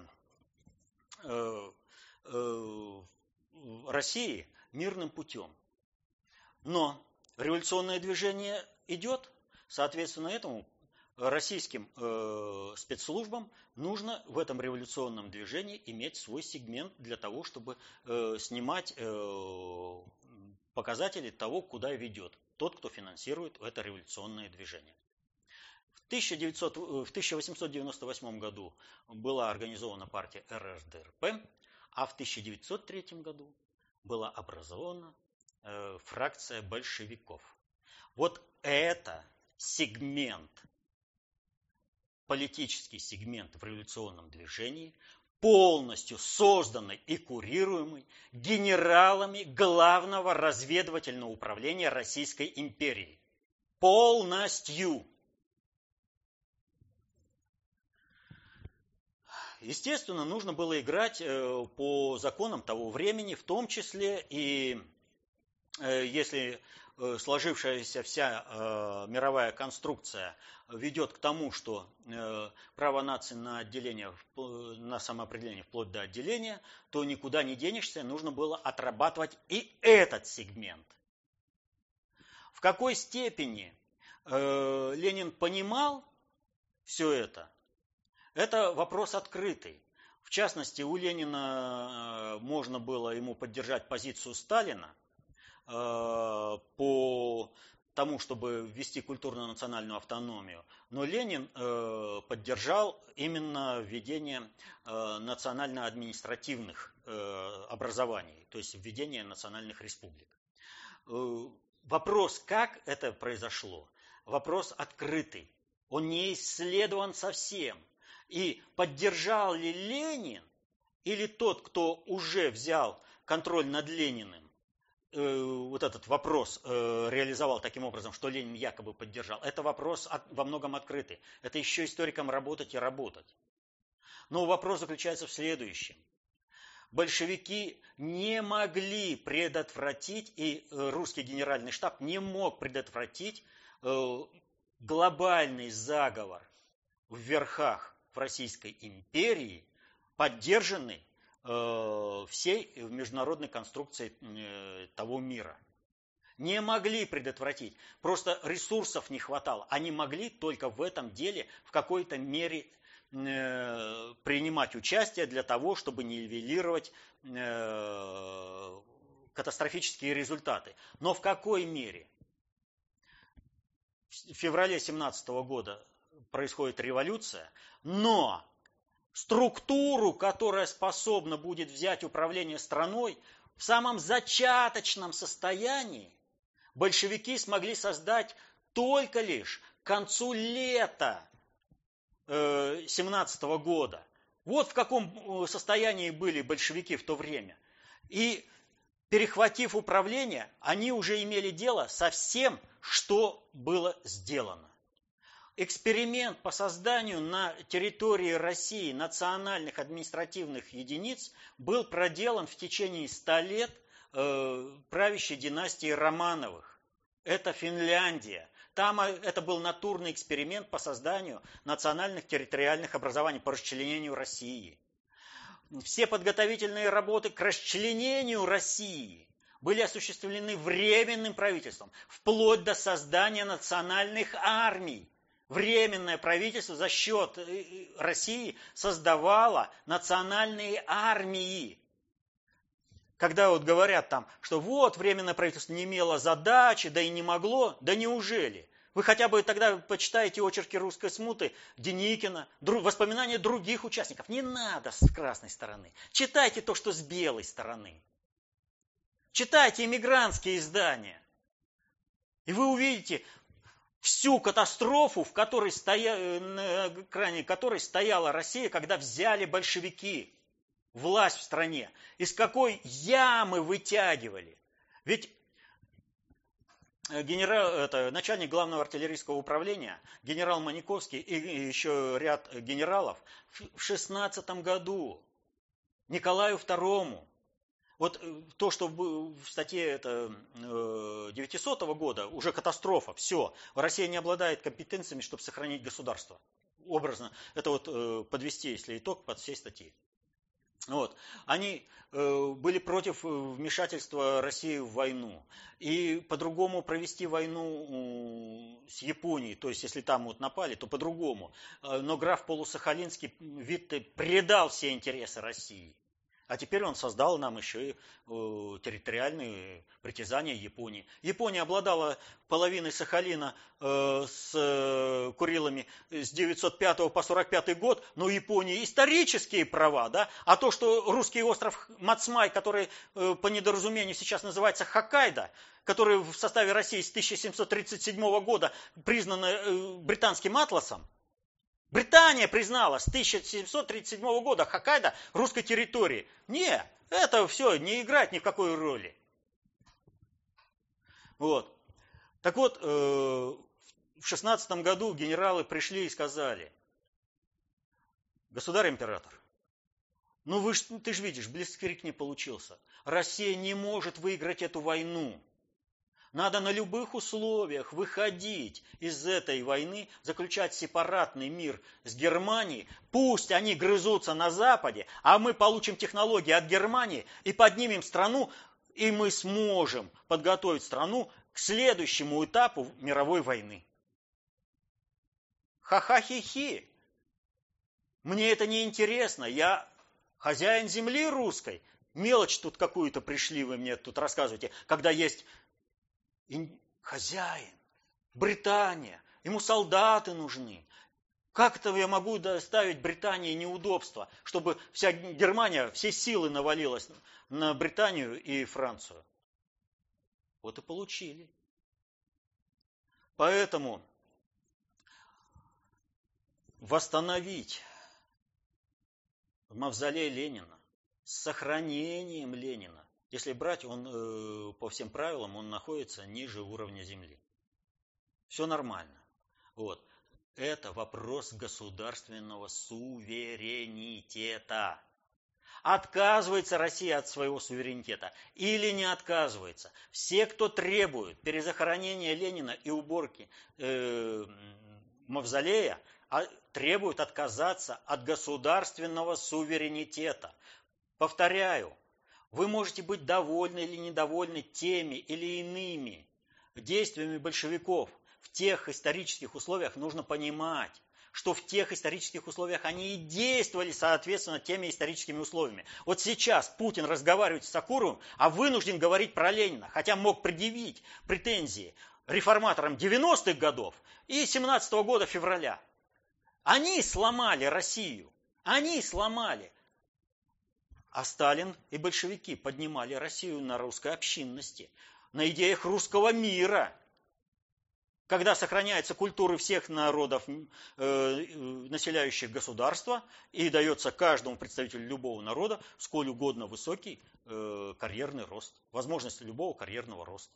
России мирным путем. Но революционное движение идет, соответственно, этому российским э, спецслужбам нужно в этом революционном движении иметь свой сегмент для того, чтобы э, снимать э, показатели того, куда ведет тот, кто финансирует это революционное движение. В, тысяча девятьсот, в тысяча восемьсот девяносто восьмом году была организована партия эр эс дэ эр пэ, а в тысяча девятьсот третьем году была образована э, фракция большевиков. Вот это сегмент, политический сегмент в революционном движении, полностью созданный и курируемый генералами Главного разведывательного управления Российской империи. Полностью. Естественно, нужно было играть по законам того времени, в том числе и если сложившаяся вся мировая конструкция ведет к тому, что право нации на отделение, на самоопределение вплоть до отделения, то никуда не денешься, нужно было отрабатывать и этот сегмент. В какой степени Ленин понимал все это? Это вопрос открытый. В частности, у Ленина можно было ему поддержать позицию Сталина по тому, чтобы ввести культурно-национальную автономию. Но Ленин поддержал именно введение национально-административных образований, то есть введение национальных республик. Вопрос, как это произошло, вопрос открытый. Он не исследован совсем. И поддержал ли Ленин или тот, кто уже взял контроль над Лениным, э, вот этот вопрос э, реализовал таким образом, что Ленин якобы поддержал, это вопрос от, во многом открытый. Это еще историкам работать и работать. Но вопрос заключается в следующем. Большевики не могли предотвратить, и э, русский генеральный штаб не мог предотвратить э, глобальный заговор в верхах в Российской империи, поддержанный э, всей международной конструкцией э, того мира. Не могли предотвратить. Просто ресурсов не хватало. Они могли только в этом деле в какой-то мере э, принимать участие для того, чтобы нивелировать э, катастрофические результаты. Но в какой мере? В феврале семнадцатого года происходит революция, но структуру, которая способна будет взять управление страной, в самом зачаточном состоянии большевики смогли создать только лишь к концу лета семнадцатого года. Вот в каком состоянии были большевики в то время. И перехватив управление, они уже имели дело со всем, что было сделано. Эксперимент по созданию на территории России национальных административных единиц был проделан в течение ста лет э, правящей династии Романовых. Это Финляндия. Там это был натурный эксперимент по созданию национальных территориальных образований, по расчленению России. Все подготовительные работы к расчленению России были осуществлены временным правительством, вплоть до создания национальных армий. Временное правительство за счет России создавало национальные армии. Когда вот говорят там, что вот временное правительство не имело задачи, да и не могло, да неужели? Вы хотя бы тогда почитаете очерки русской смуты Деникина, воспоминания других участников. Не надо с красной стороны. Читайте то, что с белой стороны. Читайте эмигрантские издания. И вы увидите всю катастрофу, в которой стоя... на экране которой стояла Россия, когда взяли большевики власть в стране. Из какой ямы вытягивали. Ведь генерал, это, начальник главного артиллерийского управления, генерал Маниковский и еще ряд генералов в шестнадцатом году Николаю второму, вот то, что в статье это, девятисотого года, уже катастрофа, все, Россия не обладает компетенциями, чтобы сохранить государство. Образно, это вот подвести, если итог, под всей статьи. Вот. Они э, были против вмешательства России в войну. И по-другому провести войну э, с Японией, то есть если там вот напали, то по-другому. Э, но граф Полусахалинский, Витте, предал все интересы России. А теперь он создал нам еще и э, территориальные притязания Японии. Япония обладала половиной Сахалина э, с э, Курилами с девятьсот пятого по сорок пятый год, но у Японии исторические права, да? А то, что русский остров Мацмай, который э, по недоразумению сейчас называется Хоккайдо, который в составе России с тысяча семьсот тридцать седьмого года признан э, британским атласом, Британия признала с тысяча семьсот тридцать седьмого года Хоккайдо русской территорией. Не, это все не играет ни в какой роли. Вот. Так вот, э, в шестнадцатом году генералы пришли и сказали: государь-император, ну вы ж, ты же видишь, блицкриг не получился. Россия не может выиграть эту войну. Надо на любых условиях выходить из этой войны, заключать сепаратный мир с Германией. Пусть они грызутся на Западе, а мы получим технологии от Германии и поднимем страну, и мы сможем подготовить страну к следующему этапу мировой войны. Ха-ха-хи-хи. Мне это не интересно. Я хозяин земли русской. Мелочь тут какую-то пришли вы мне тут рассказываете, когда есть... И хозяин, Британия, ему солдаты нужны. Как это я могу доставить Британии неудобства, чтобы вся Германия, все силы навалилась на Британию и Францию? Вот и получили. Поэтому восстановить мавзолей Ленина с сохранением Ленина, если брать, он э, по всем правилам, он находится ниже уровня земли. Все нормально. Вот. Это вопрос государственного суверенитета. Отказывается Россия от своего суверенитета или не отказывается? Все, кто требует перезахоронения Ленина и уборки э, мавзолея, требуют отказаться от государственного суверенитета. Повторяю. Вы можете быть довольны или недовольны теми или иными действиями большевиков. В тех исторических условиях нужно понимать, что в тех исторических условиях они и действовали соответственно теми историческими условиями. Вот сейчас Путин разговаривает с Сокуровым, а вынужден говорить про Ленина, хотя мог предъявить претензии реформаторам девяностых годов и семнадцатого года февраля. Они сломали Россию, они сломали. А Сталин и большевики поднимали Россию на русской общинности, на идеях русского мира, когда сохраняется культура всех народов, э, населяющих государство, и дается каждому представителю любого народа сколь угодно высокий э, карьерный рост, возможность любого карьерного роста.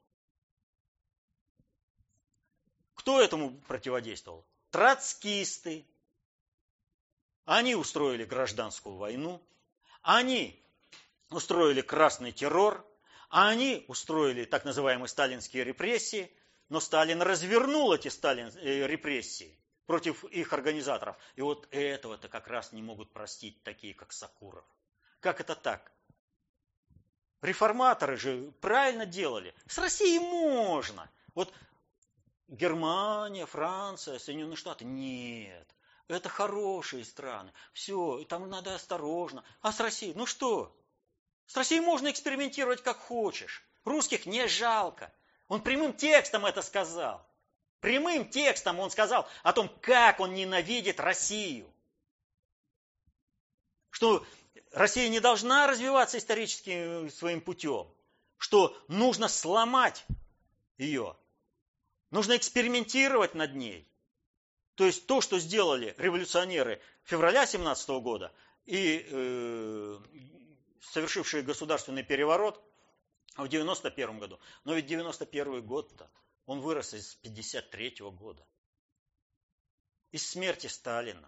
Кто этому противодействовал? Троцкисты. Они устроили гражданскую войну, они устроили красный террор, они устроили так называемые сталинские репрессии, но Сталин развернул эти Сталин, э, репрессии против их организаторов. И вот этого-то как раз не могут простить такие, как Сокуров. Как это так? Реформаторы же правильно делали. С Россией можно. Вот Германия, Франция, Соединенные Штаты. Нет. Это хорошие страны. Все, там надо осторожно. А с Россией? Ну что? С Россией можно экспериментировать как хочешь. Русских не жалко. Он прямым текстом это сказал. Прямым текстом он сказал о том, как он ненавидит Россию. Что Россия не должна развиваться историческим своим путем. Что нужно сломать ее. Нужно экспериментировать над ней. То есть то, что сделали революционеры февраля семнадцатого года и э, совершившие государственный переворот в девяносто первом году. Но ведь девяносто первый год-то, он вырос из пятьдесят третьего года. Из смерти Сталина.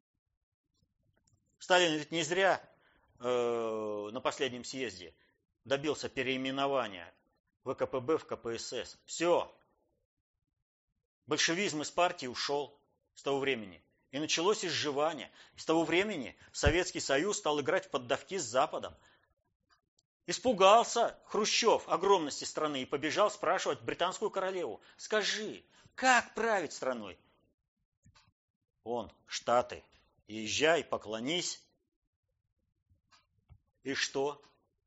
Сталин ведь не зря э, на последнем съезде добился переименования вэ ка пэ бэ в ка пэ эс эс. Все. Большевизм из партии ушел с того времени. И началось изживание. С того времени Советский Союз стал играть в поддавки с Западом. Испугался Хрущев огромности страны и побежал спрашивать британскую королеву: скажи, как править страной? Он: Штаты, езжай, поклонись. И что?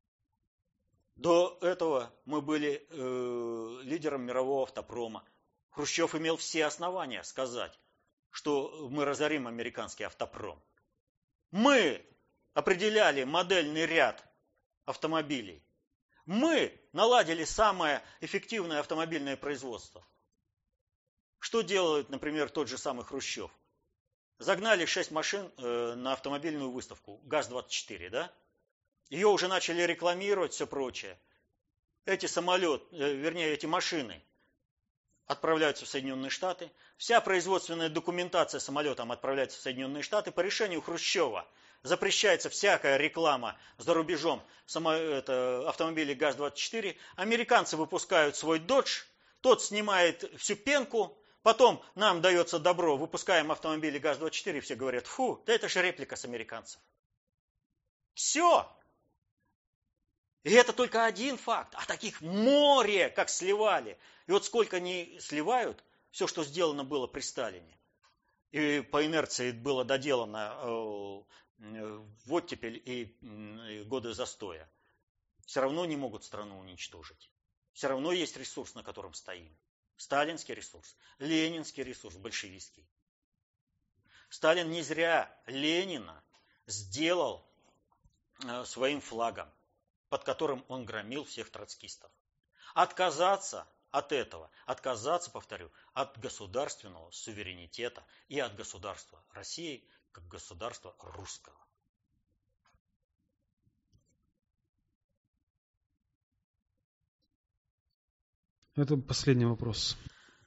До этого мы были э, лидером мирового автопрома. Хрущев имел все основания сказать, что мы разорим американский автопром. Мы определяли модельный ряд автомобилей. Мы наладили самое эффективное автомобильное производство. Что делает, например, тот же самый Хрущев? Загнали шесть машин на автомобильную выставку ГАЗ двадцать четыре, да? Ее уже начали рекламировать, все прочее. Эти самолеты, вернее, эти машины отправляются в Соединенные Штаты. Вся производственная документация самолетом отправляется в Соединенные Штаты. По решению Хрущева запрещается всякая реклама за рубежом автомобилей ГАЗ двадцать четыре. Американцы выпускают свой Dodge, тот снимает всю пенку, потом нам дается добро, выпускаем автомобили ГАЗ двадцать четыре, и все говорят: фу, да это же реплика с американцев. Все. И это только один факт, а таких море, как сливали. И вот сколько они сливают, все, что сделано было при Сталине, и по инерции было доделано в оттепель и годы застоя, все равно не могут страну уничтожить. Все равно есть ресурс, на котором стоим. Сталинский ресурс, ленинский ресурс, большевистский. Сталин не зря Ленина сделал своим флагом, под которым он громил всех троцкистов. Отказаться от этого, отказаться, повторю, от государственного суверенитета и от государства России как государства русского. Это последний вопрос.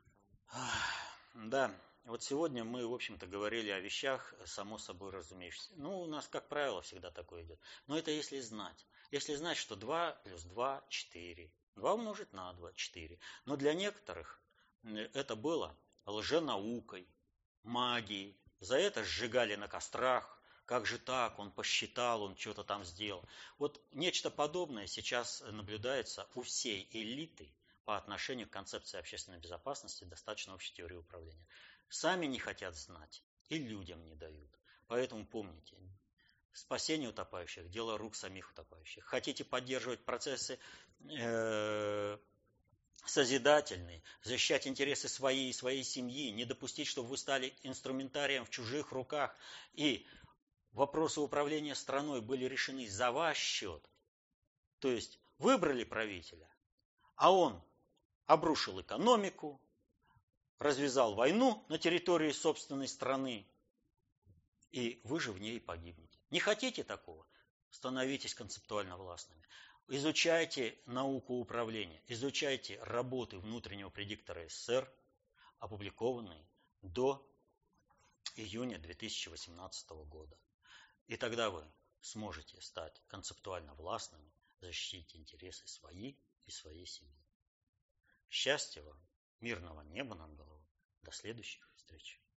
Да, вот сегодня мы, в общем-то, говорили о вещах, само собой разумеющихся. Ну, у нас, как правило, всегда такое идет. Но это если знать. Если знать, что два плюс два – четыре. два умножить на два – четыре. Но для некоторых это было лженаукой, магией. За это сжигали на кострах, как же так, он посчитал, он что-то там сделал. Вот нечто подобное сейчас наблюдается у всей элиты по отношению к концепции общественной безопасности, достаточно общей теории управления. Сами не хотят знать и людям не дают. Поэтому помните, спасение утопающих – дело рук самих утопающих. Хотите поддерживать процессы э, созидательные, защищать интересы своей и своей семьи, не допустить, чтобы вы стали инструментарием в чужих руках, и вопросы управления страной были решены за ваш счет. То есть выбрали правителя, а он обрушил экономику, развязал войну на территории собственной страны, и вы же в ней погибнете. Не хотите такого? Становитесь концептуально властными. Изучайте науку управления, изучайте работы внутреннего предиктора СССР, опубликованные до июня две тысячи восемнадцатого года. И тогда вы сможете стать концептуально властными, защитить интересы свои и своей семьи. Счастья вам, мирного неба над головой. До следующих встреч.